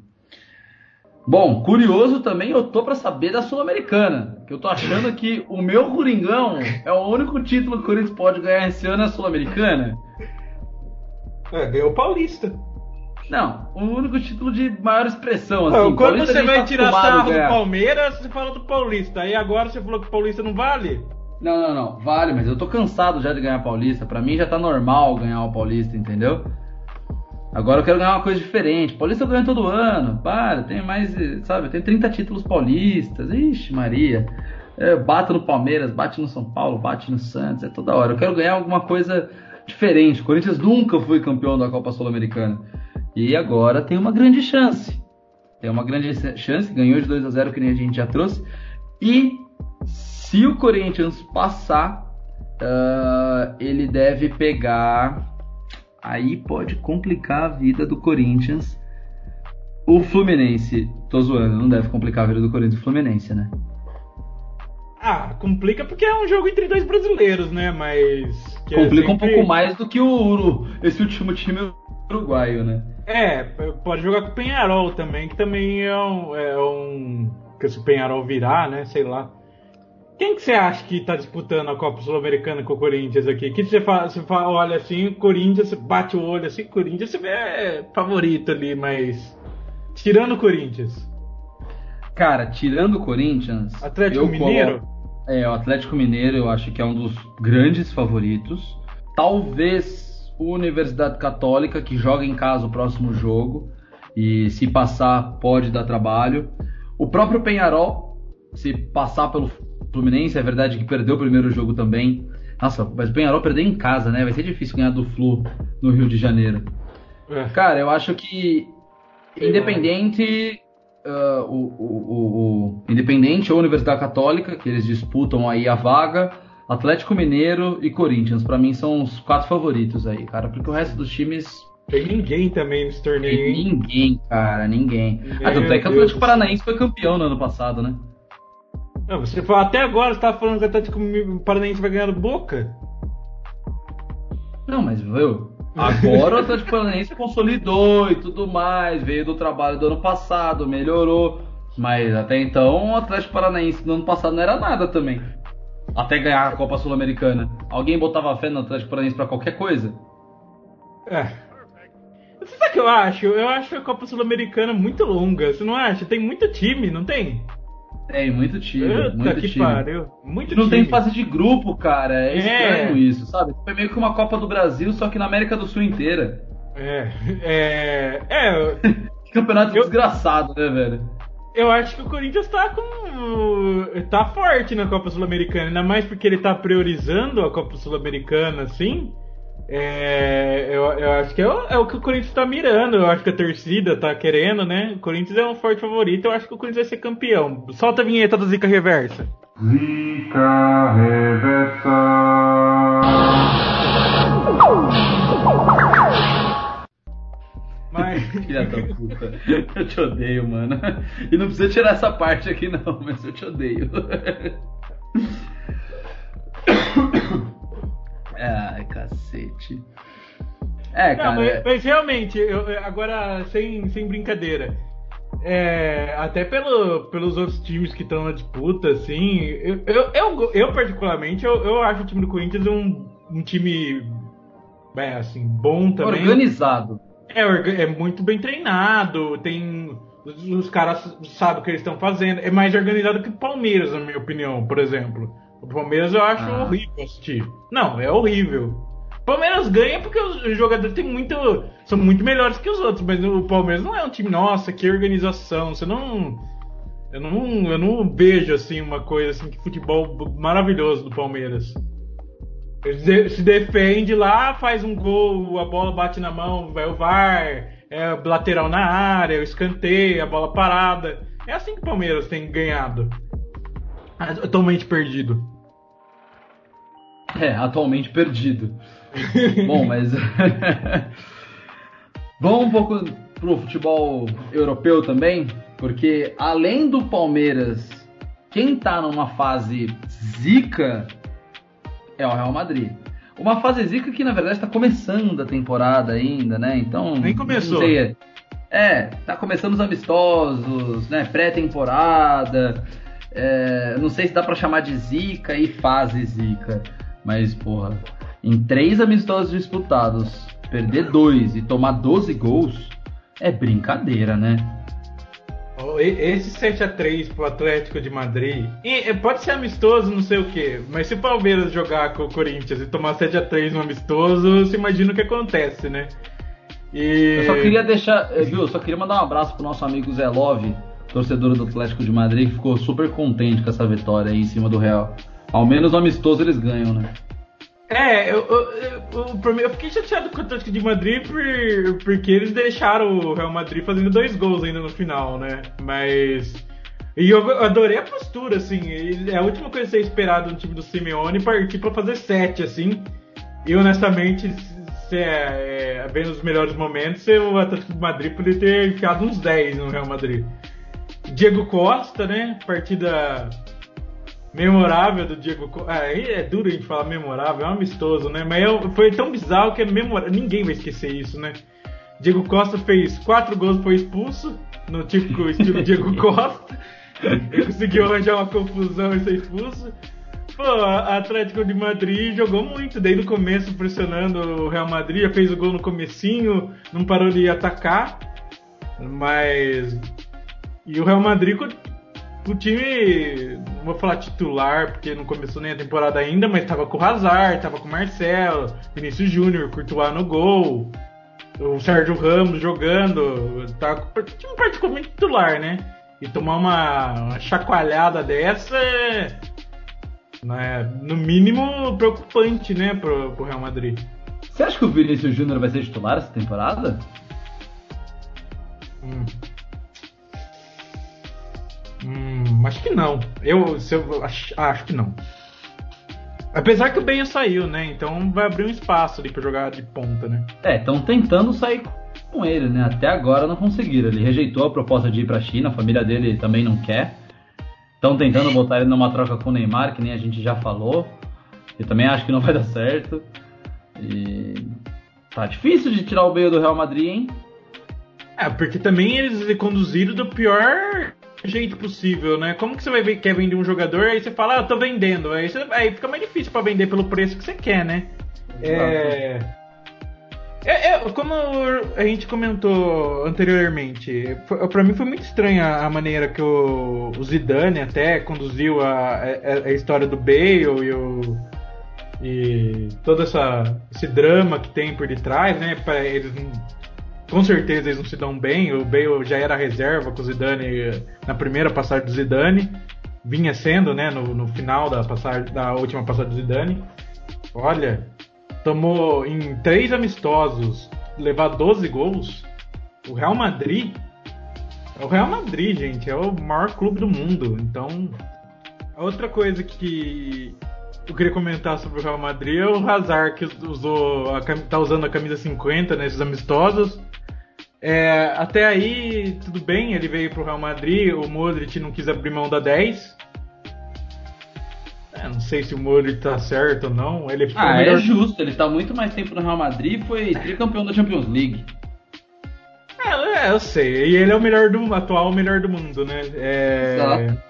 Bom, curioso também eu tô pra saber da Sul-Americana. Que eu tô achando que o meu Coringão é o único título que o Corinthians pode ganhar esse ano na Sul-Americana. Ganhou o Paulista. Não, o único título de maior expressão, assim. Quando você vai tirar sarro do Palmeiras, você fala do Paulista. Aí agora você falou que o Paulista não vale? Não, vale, mas eu tô cansado já de ganhar Paulista. Pra mim já tá normal ganhar o Paulista, entendeu? Agora eu quero ganhar uma coisa diferente. Paulista eu ganho todo ano, tem mais, sabe, eu tenho 30 títulos paulistas. Ixi, Maria. Bato no Palmeiras, bate no São Paulo, bate no Santos, toda hora. Eu quero ganhar alguma coisa diferente. O Corinthians nunca foi campeão da Copa Sul-Americana. E agora tem uma grande chance. Ganhou de 2-0, que nem a gente já trouxe. E se o Corinthians passar, ele deve pegar... Aí pode complicar a vida do Corinthians. O Fluminense, tô zoando, não deve complicar a vida do Corinthians e do Fluminense, né? Complica porque é um jogo entre dois brasileiros, né? Mas... Complica um pouco mais do que esse último time uruguaio, né? Pode jogar com o Peñarol também, que também que se o Peñarol virar, né? Sei lá. Quem que você acha que tá disputando a Copa Sul-Americana com o Corinthians aqui? Que você olha assim, o Corinthians, você bate o olho assim, o Corinthians você vê favorito ali, mas... Tirando o Corinthians. Cara, tirando o Corinthians... Atlético Mineiro? O Atlético Mineiro eu acho que é um dos grandes favoritos. Talvez o Universidade Católica, que joga em casa o próximo jogo. E se passar, pode dar trabalho. O próprio Peñarol, se passar pelo Fluminense, é verdade que perdeu o primeiro jogo também. Nossa, mas o Peñarol perder em casa, né? Vai ser difícil ganhar do Flu no Rio de Janeiro. Cara, eu acho que Independente, Independente ou Universidade Católica, que eles disputam aí a vaga, Atlético Mineiro e Corinthians, pra mim são os 4 favoritos aí, cara, porque o resto dos times... Tem ninguém também nesse torneio, hein? Ninguém, cara, ninguém. Tanto é que o Atlético Paranaense foi campeão no ano passado, né? Não, até agora você tava falando que o Atlético Paranaense vai ganhar do Boca? Não, mas viu? Agora o Atlético Paranaense consolidou e tudo mais, veio do trabalho do ano passado, melhorou. Mas até então o Atlético Paranaense no ano passado não era nada também. Até ganhar a Copa Sul-Americana. Alguém botava fé no Atlético Paranaense pra qualquer coisa? Você sabe o que eu acho? Eu acho a Copa Sul-Americana muito longa, você não acha? Tem muito time, não tem? Tem, muito time. Pariu. Muito não time. Tem fase de grupo, cara. É estranho isso, sabe? Foi meio que uma Copa do Brasil, só que na América do Sul inteira. Que campeonato desgraçado, né, velho? Eu acho que o Corinthians tá forte na Copa Sul-Americana, ainda mais porque ele tá priorizando a Copa Sul-Americana, assim. Eu acho que é o que o Corinthians tá mirando, eu acho que a torcida tá querendo, né? O Corinthians é um forte favorito, eu acho que o Corinthians vai ser campeão. Solta a vinheta da Zica Reversa. Zica Reversa. Mas... Filha da puta, eu te odeio, mano. E não precisa tirar essa parte aqui não, mas eu te odeio. Ai, cacete. Cara. Não, mas realmente, agora sem brincadeira. Até pelos outros times que estão na disputa, assim, eu particularmente, eu acho o time do Corinthians um time assim, bom também. Organizado. É muito bem treinado, os caras sabem o que eles estão fazendo. É mais organizado que o Palmeiras, na minha opinião, por exemplo. O Palmeiras eu acho horrível assistir. Não, é horrível. O Palmeiras ganha porque os jogadores são muito melhores que os outros, mas o Palmeiras não é um time, nossa, que organização. Eu não vejo assim uma coisa assim, que futebol maravilhoso do Palmeiras. Ele se defende lá, faz um gol, a bola bate na mão, vai o VAR, lateral na área, o escanteio, a bola parada. É assim que o Palmeiras tem ganhado. Atualmente perdido. Atualmente perdido. Bom, mas... Vamos um pouco pro futebol europeu também, porque além do Palmeiras, quem tá numa fase zica é o Real Madrid. Uma fase zica que, na verdade, está começando a temporada ainda, né? Então... Nem começou. Não sei, tá começando os amistosos, né? Pré-temporada. Não sei se dá pra chamar de zica e fase zica. Mas, porra, em 3 amistosos disputados, perder 2 e tomar 12 gols é brincadeira, né? Esse 7x3 pro Atlético de Madrid, pode ser amistoso, não sei o que, mas se o Palmeiras jogar com o Corinthians e tomar 7x3 no amistoso, você imagina o que acontece, né? Eu só queria deixar, viu? Eu só queria mandar um abraço pro nosso amigo Zé Love, torcedor do Atlético de Madrid, que ficou super contente com essa vitória aí em cima do Real. Ao menos no amistoso eles ganham, né? Eu fiquei chateado com o Atlético de Madrid porque eles deixaram o Real Madrid fazendo 2 gols ainda no final, né? E eu adorei a postura, assim. É a última coisa a ser esperada do time do Simeone partir pra fazer 7, assim. E honestamente, vendo os melhores momentos, o Atlético de Madrid poderia ter enfiado uns 10 no Real Madrid. Diego Costa, né? Partida memorável do Diego Costa. Aí é duro a gente falar memorável, é um amistoso, né? Mas foi tão bizarro que é memorável. Ninguém vai esquecer isso, né? Diego Costa fez 4 gols e foi expulso, no típico estilo Diego Costa. Ele conseguiu arranjar uma confusão e ser expulso. Pô, a Atlético de Madrid jogou muito, desde o começo pressionando o Real Madrid, já fez o gol no comecinho, não parou de atacar. Mas... E o Real Madrid, o time, não vou falar titular, porque não começou nem a temporada ainda, mas tava com o Hazard, tava com o Marcelo, Vinícius Júnior, Courtois no gol, o Sérgio Ramos jogando, tava com o time praticamente titular, né? E tomar uma chacoalhada dessa é, no mínimo, preocupante, né, pro Real Madrid. Você acha que o Vinícius Júnior vai ser titular essa temporada? Acho que não. Acho que não. Apesar que o Bale saiu, né? Então vai abrir um espaço ali pra jogar de ponta, né? Estão tentando sair com ele, né? Até agora não conseguiram. Ele rejeitou a proposta de ir pra China, a família dele também não quer. Estão tentando botar ele numa troca com o Neymar, que nem a gente já falou. Eu também acho que não vai dar certo. E tá difícil de tirar o Bale do Real Madrid, hein? Porque também eles conduziram do pior jeito possível, né? Como que você quer vender um jogador, aí você fala, eu tô vendendo. Aí fica mais difícil pra vender pelo preço que você quer, né? Como a gente comentou anteriormente, pra mim foi muito estranha a maneira que o Zidane até conduziu a história do Bale e todo esse drama que tem por detrás, né? Pra eles com certeza eles não se dão bem. O Bale já era reserva com o Zidane na primeira passagem do Zidane. Vinha sendo, né, no final da última passagem do Zidane. Olha, tomou em 3 amistosos, levar 12 gols. O Real Madrid, gente, é o maior clube do mundo. Então, a outra coisa que eu queria comentar sobre o Real Madrid é o Hazard, que tá usando a camisa 50 nesses amistosos. Até aí, tudo bem, ele veio pro Real Madrid, o Modric não quis abrir mão da 10. Não sei se o Modric tá certo ou não. Ele foi é justo, ele tá muito mais tempo no Real Madrid e foi tricampeão da Champions League. Eu sei, e ele é o atual melhor do mundo, né? Exato.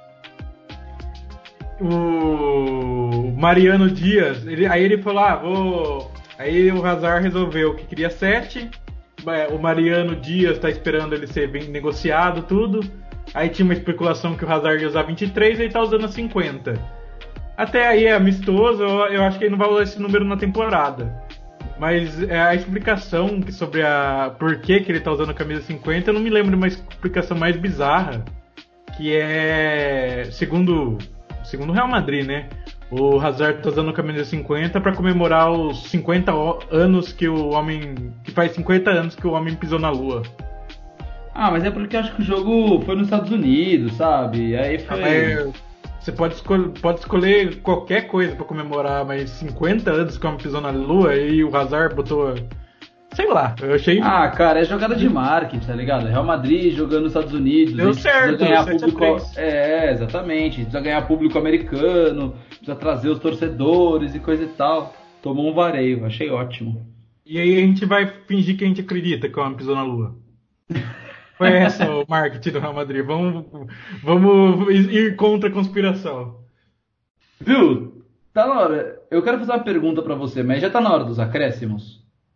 O Mariano Dias, aí ele falou, aí o Hazard resolveu que queria 7. O Mariano Dias tá esperando ele ser bem negociado, tudo. Aí tinha uma especulação que o Hazard ia usar 23 e ele tá usando a 50. Até aí é amistoso, eu acho que ele não vai usar esse número na temporada. Mas a explicação sobre por que ele tá usando a camisa 50, eu não me lembro de uma explicação mais bizarra. Que é, segundo o Real Madrid, né? O Hazard tá usando a camisa 50 para comemorar os 50 anos que faz 50 anos que o homem pisou na Lua. Mas é porque eu acho que o jogo foi nos Estados Unidos, sabe? Aí foi... Você pode escolher qualquer coisa pra comemorar, mas 50 anos que o homem pisou na Lua e o Hazard botou... Sei lá, eu achei... cara, é jogada de marketing, tá ligado? Real Madrid jogando nos Estados Unidos. Deu certo, ganhar público... exatamente. Precisa ganhar público americano, precisa trazer os torcedores e coisa e tal. Tomou um vareio, achei ótimo. E aí a gente vai fingir que a gente acredita que o homem pisou na Lua. Foi essa o marketing do Real Madrid. Vamos ir contra a conspiração. Viu? Tá na hora. Eu quero fazer uma pergunta pra você, mas já tá na hora dos acréscimos?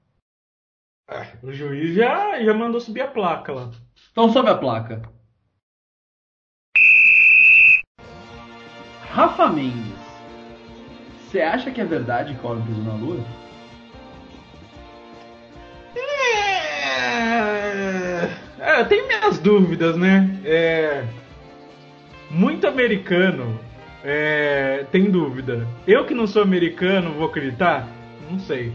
O juiz já mandou subir a placa lá. Então sobe a placa. Rafa Mendes. Você acha que é verdade que o homem pisou na Lua? Eu tenho minhas dúvidas, né? Muito americano tem dúvida. Eu que não sou americano, vou acreditar? Não sei.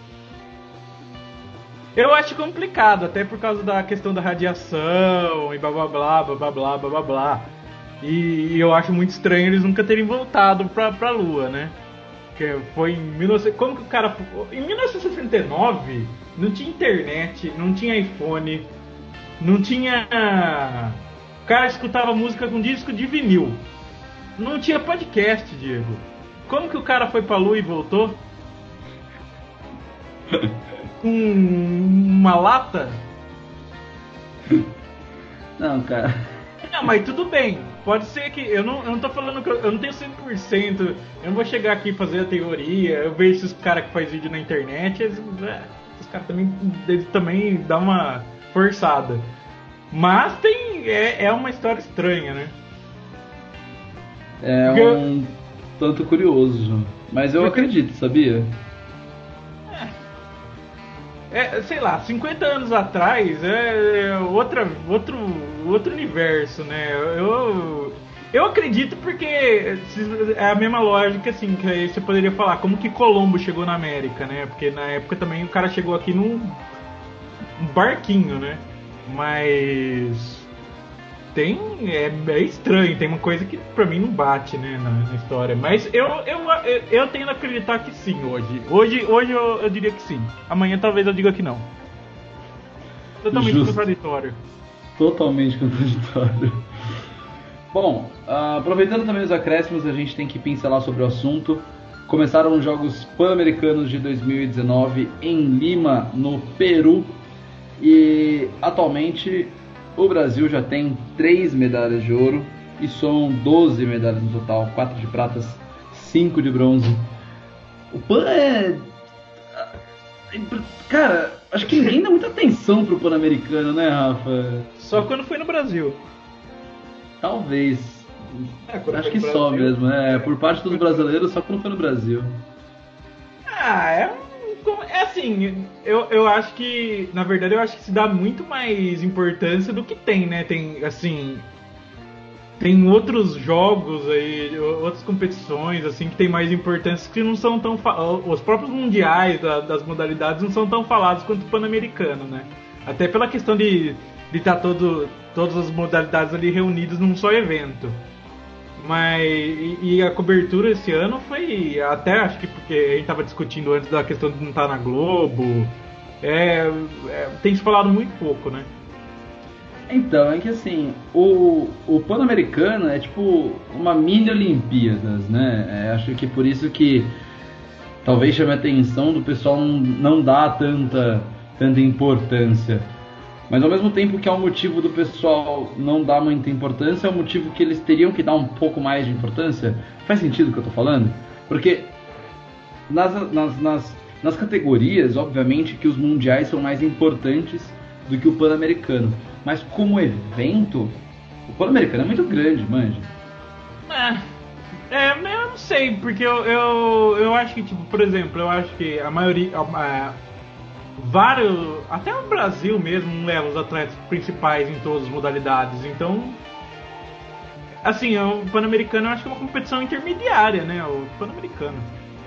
Eu acho complicado, até por causa da questão da radiação e blá blá blá blá blá blá blá blá. E eu acho muito estranho eles nunca terem voltado pra Lua, né? Que foi em 19... Como que o cara... Em 1969 não tinha internet, não tinha iPhone, não tinha... O cara escutava música com disco de vinil. Não tinha podcast, Diego. Como que o cara foi pra Lua e voltou? Com uma lata? Não, cara. Não, mas tudo bem. Pode ser que... Eu não tô falando que... Eu não tenho 100%. Eu não vou chegar aqui e fazer a teoria. Eu vejo esses caras que fazem vídeo na internet. Esses caras também dão uma forçada. Mas é uma história estranha, né? Um tanto curioso. Mas eu acredito, sabia? Sei lá, 50 anos atrás outro universo, né? Eu acredito porque é a mesma lógica, assim, que aí você poderia falar, como que Colombo chegou na América, né? Porque na época também o cara chegou aqui num barquinho, né? Mas é estranho, tem uma coisa que pra mim não bate, né, na história. Mas eu tendo a acreditar que sim hoje. Hoje eu diria que sim. Amanhã talvez eu diga que não. Totalmente contraditório. Totalmente contraditório. Bom, aproveitando também os acréscimos, a gente tem que pincelar sobre o assunto. Começaram os Jogos Pan-Americanos de 2019 em Lima, no Peru. E atualmente o Brasil já tem 3 medalhas de ouro e são 12 medalhas no total, 4 de pratas, 5 de bronze. O Pan Cara, acho que ninguém dá muita atenção pro Pan-Americano, né, Rafa? Só quando foi no Brasil. Talvez. Acho que só mesmo, por parte dos brasileiros, só quando foi no Brasil. assim, eu acho que, na verdade, eu acho que se dá muito mais importância do que tem, né? Tem, assim, tem outros jogos aí, outras competições, assim, que tem mais importância que não são tão... Os próprios mundiais das modalidades não são tão falados quanto o Pan-Americano, né? Até pela questão de estar todas as modalidades ali reunidas num só evento. Mas e a cobertura esse ano foi, até acho que porque a gente tava discutindo antes da questão de não estar na Globo, tem se falado muito pouco, né? Então, é que assim, o Pan-Americano é tipo uma mini Olimpíadas, né? Acho que por isso que talvez chame a atenção do pessoal não dar tanta importância. Mas ao mesmo tempo que é o motivo do pessoal não dar muita importância, é o motivo que eles teriam que dar um pouco mais de importância. Faz sentido o que eu tô falando? Porque nas categorias, obviamente que os mundiais são mais importantes do que o Pan-Americano. Mas como evento, o Pan-Americano é muito grande, manja. Eu não sei, porque eu acho que, tipo, por exemplo, eu acho que a maioria... até o Brasil mesmo não leva os atletas principais em todas as modalidades, então assim, o Pan-Americano eu acho que é uma competição intermediária, né, o Pan-Americano,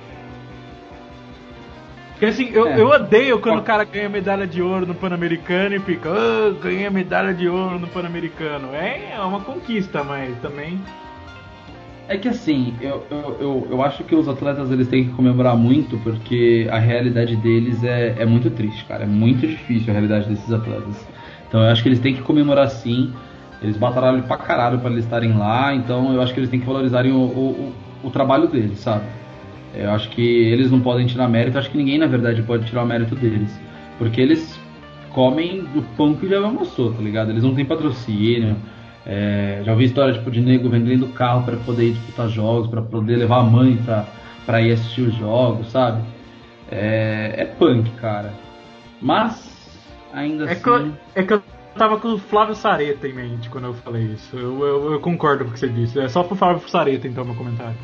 porque assim, eu odeio quando o cara ganha medalha de ouro no Pan-Americano e fica, ganhei medalha de ouro no Pan-Americano, é uma conquista, mas também... É que assim, eu acho que os atletas eles têm que comemorar muito, porque a realidade deles é muito triste, cara. É muito difícil a realidade desses atletas. Então eu acho que eles têm que comemorar sim. Eles batalharam pra caralho pra eles estarem lá, então eu acho que eles têm que valorizarem o trabalho deles, sabe? Eu acho que eles não podem tirar mérito, acho que ninguém na verdade pode tirar o mérito deles. Porque eles comem do pão que já almoçou, tá ligado? Eles não têm patrocínio. Já ouvi história tipo, de nego vendendo carro para poder ir disputar jogos, para poder levar a mãe pra ir assistir os jogos, sabe? É punk, cara. Mas, ainda assim... É que eu tava com o Flávio Sareta em mente quando eu falei isso. Eu concordo com o que você disse. É só pro Flávio Sareta, então, meu comentário.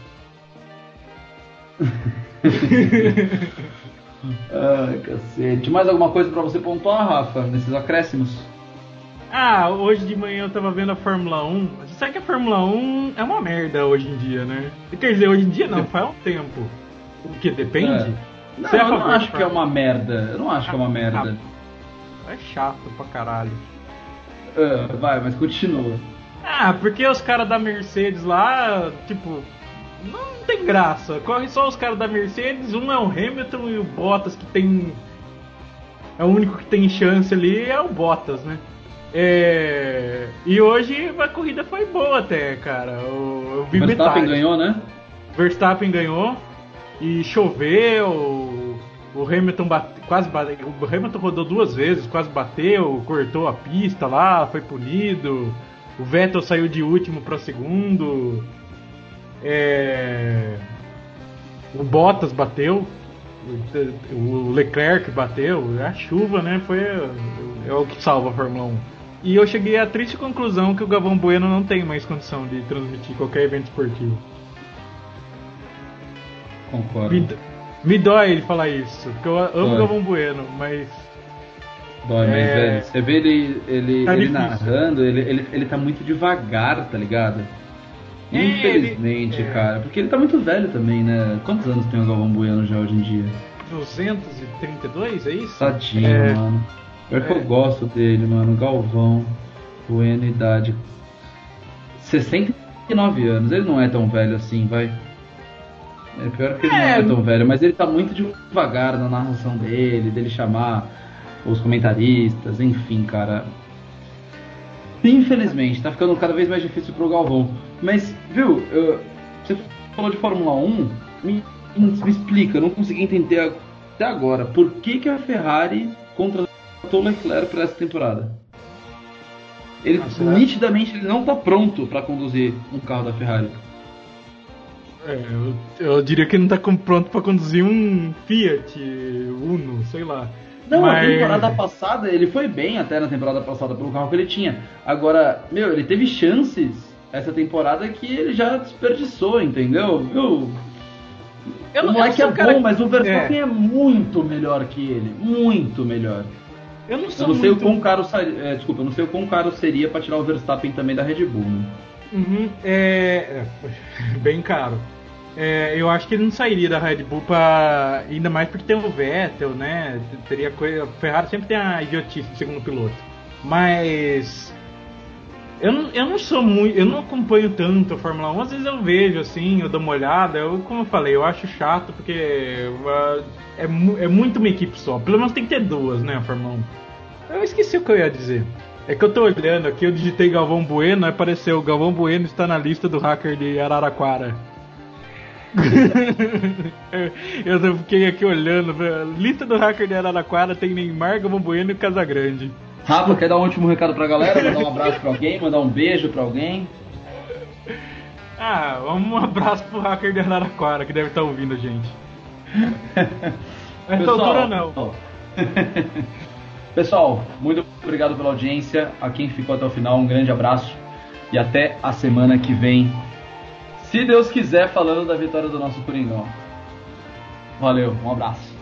Ai, cacete. Mais alguma coisa pra você pontuar, Rafa, nesses acréscimos? Hoje de manhã eu tava vendo a Fórmula 1. Você sabe que a Fórmula 1 é uma merda hoje em dia, né? Quer dizer, hoje em dia não, faz um tempo. O que depende? Não, eu não acho que é uma merda. Eu não acho que é uma merda. É chato pra caralho. Vai, mas continua. Porque os caras da Mercedes lá, tipo, não tem graça. Corre só os caras da Mercedes, um é o Hamilton e o Bottas, que tem... É o único que tem chance ali, é o Bottas, né? E hoje a corrida foi boa até, cara. Eu vi Verstappen ganhou, né? Verstappen ganhou e choveu. O Hamilton quase bateu. O Hamilton rodou 2 vezes, quase bateu, cortou a pista lá, foi punido. O Vettel saiu de último para segundo. O Bottas bateu. O Leclerc bateu. A chuva, né? É o que salva a Fórmula 1. E eu cheguei à triste conclusão que o Galvão Bueno não tem mais condição de transmitir qualquer evento esportivo. Concordo. Me dói ele falar isso, porque eu amo o Galvão Bueno, mas... Dói, mas velho, você vê ele narrando, ele tá muito devagar, tá ligado? Infelizmente, cara, porque ele tá muito velho também, né? Quantos anos tem o Galvão Bueno já hoje em dia? 232, é isso? Tadinho, mano. Pior que eu gosto dele, mano. Galvão, Bueno, idade 69 anos. Ele não é tão velho assim, vai. Pior que ele não é tão velho, mas ele tá muito devagar na narração dele chamar os comentaristas, enfim, cara. Infelizmente, tá ficando cada vez mais difícil pro Galvão. Mas, viu, você falou de Fórmula 1, me explica, eu não consegui entender até agora. Por que a Ferrari contratou o Leclerc para essa temporada? Nitidamente ele não tá pronto para conduzir um carro da Ferrari. Eu diria que ele não tá pronto para conduzir um Fiat Uno, sei lá. Não, mas... a temporada passada ele foi bem até na temporada passada pelo carro que ele tinha. Agora, ele teve chances essa temporada que ele já desperdiçou, entendeu? Eu O não moleque sou é um cara bom, mas o Verstappen é muito melhor que ele. Muito melhor. Eu não sou Eu não sei muito... o quão caro desculpa, eu não sei o quão caro seria pra tirar o Verstappen também da Red Bull, né? Uhum, bem caro. Eu acho que ele não sairia da Red Bull pra... Ainda mais porque tem o Vettel, né? Teria coisa... Ferrari sempre tem a idiotice do segundo piloto. Mas... Eu não sou muito... Eu não acompanho tanto a Fórmula 1. Às vezes eu vejo, assim, eu dou uma olhada. Como eu falei, eu acho chato porque... É muito uma equipe só. Pelo menos tem que ter duas, né, a Fórmula 1. Eu esqueci o que eu ia dizer. É que eu tô olhando aqui, eu digitei Galvão Bueno, aí apareceu Galvão Bueno está na lista do hacker de Araraquara. Eu fiquei aqui olhando, lista do hacker de Araraquara tem Neymar, Galvão Bueno e Casagrande. Rafa, quer dar um último recado pra galera? Mandar um abraço pra alguém? Mandar um beijo pra alguém? Um abraço pro hacker de Araraquara, que deve estar ouvindo a gente. Essa altura não. Pessoal, muito obrigado pela audiência. A quem ficou até o final, um grande abraço. E até a semana que vem. Se Deus quiser, falando da vitória do nosso Coringão. Valeu, um abraço.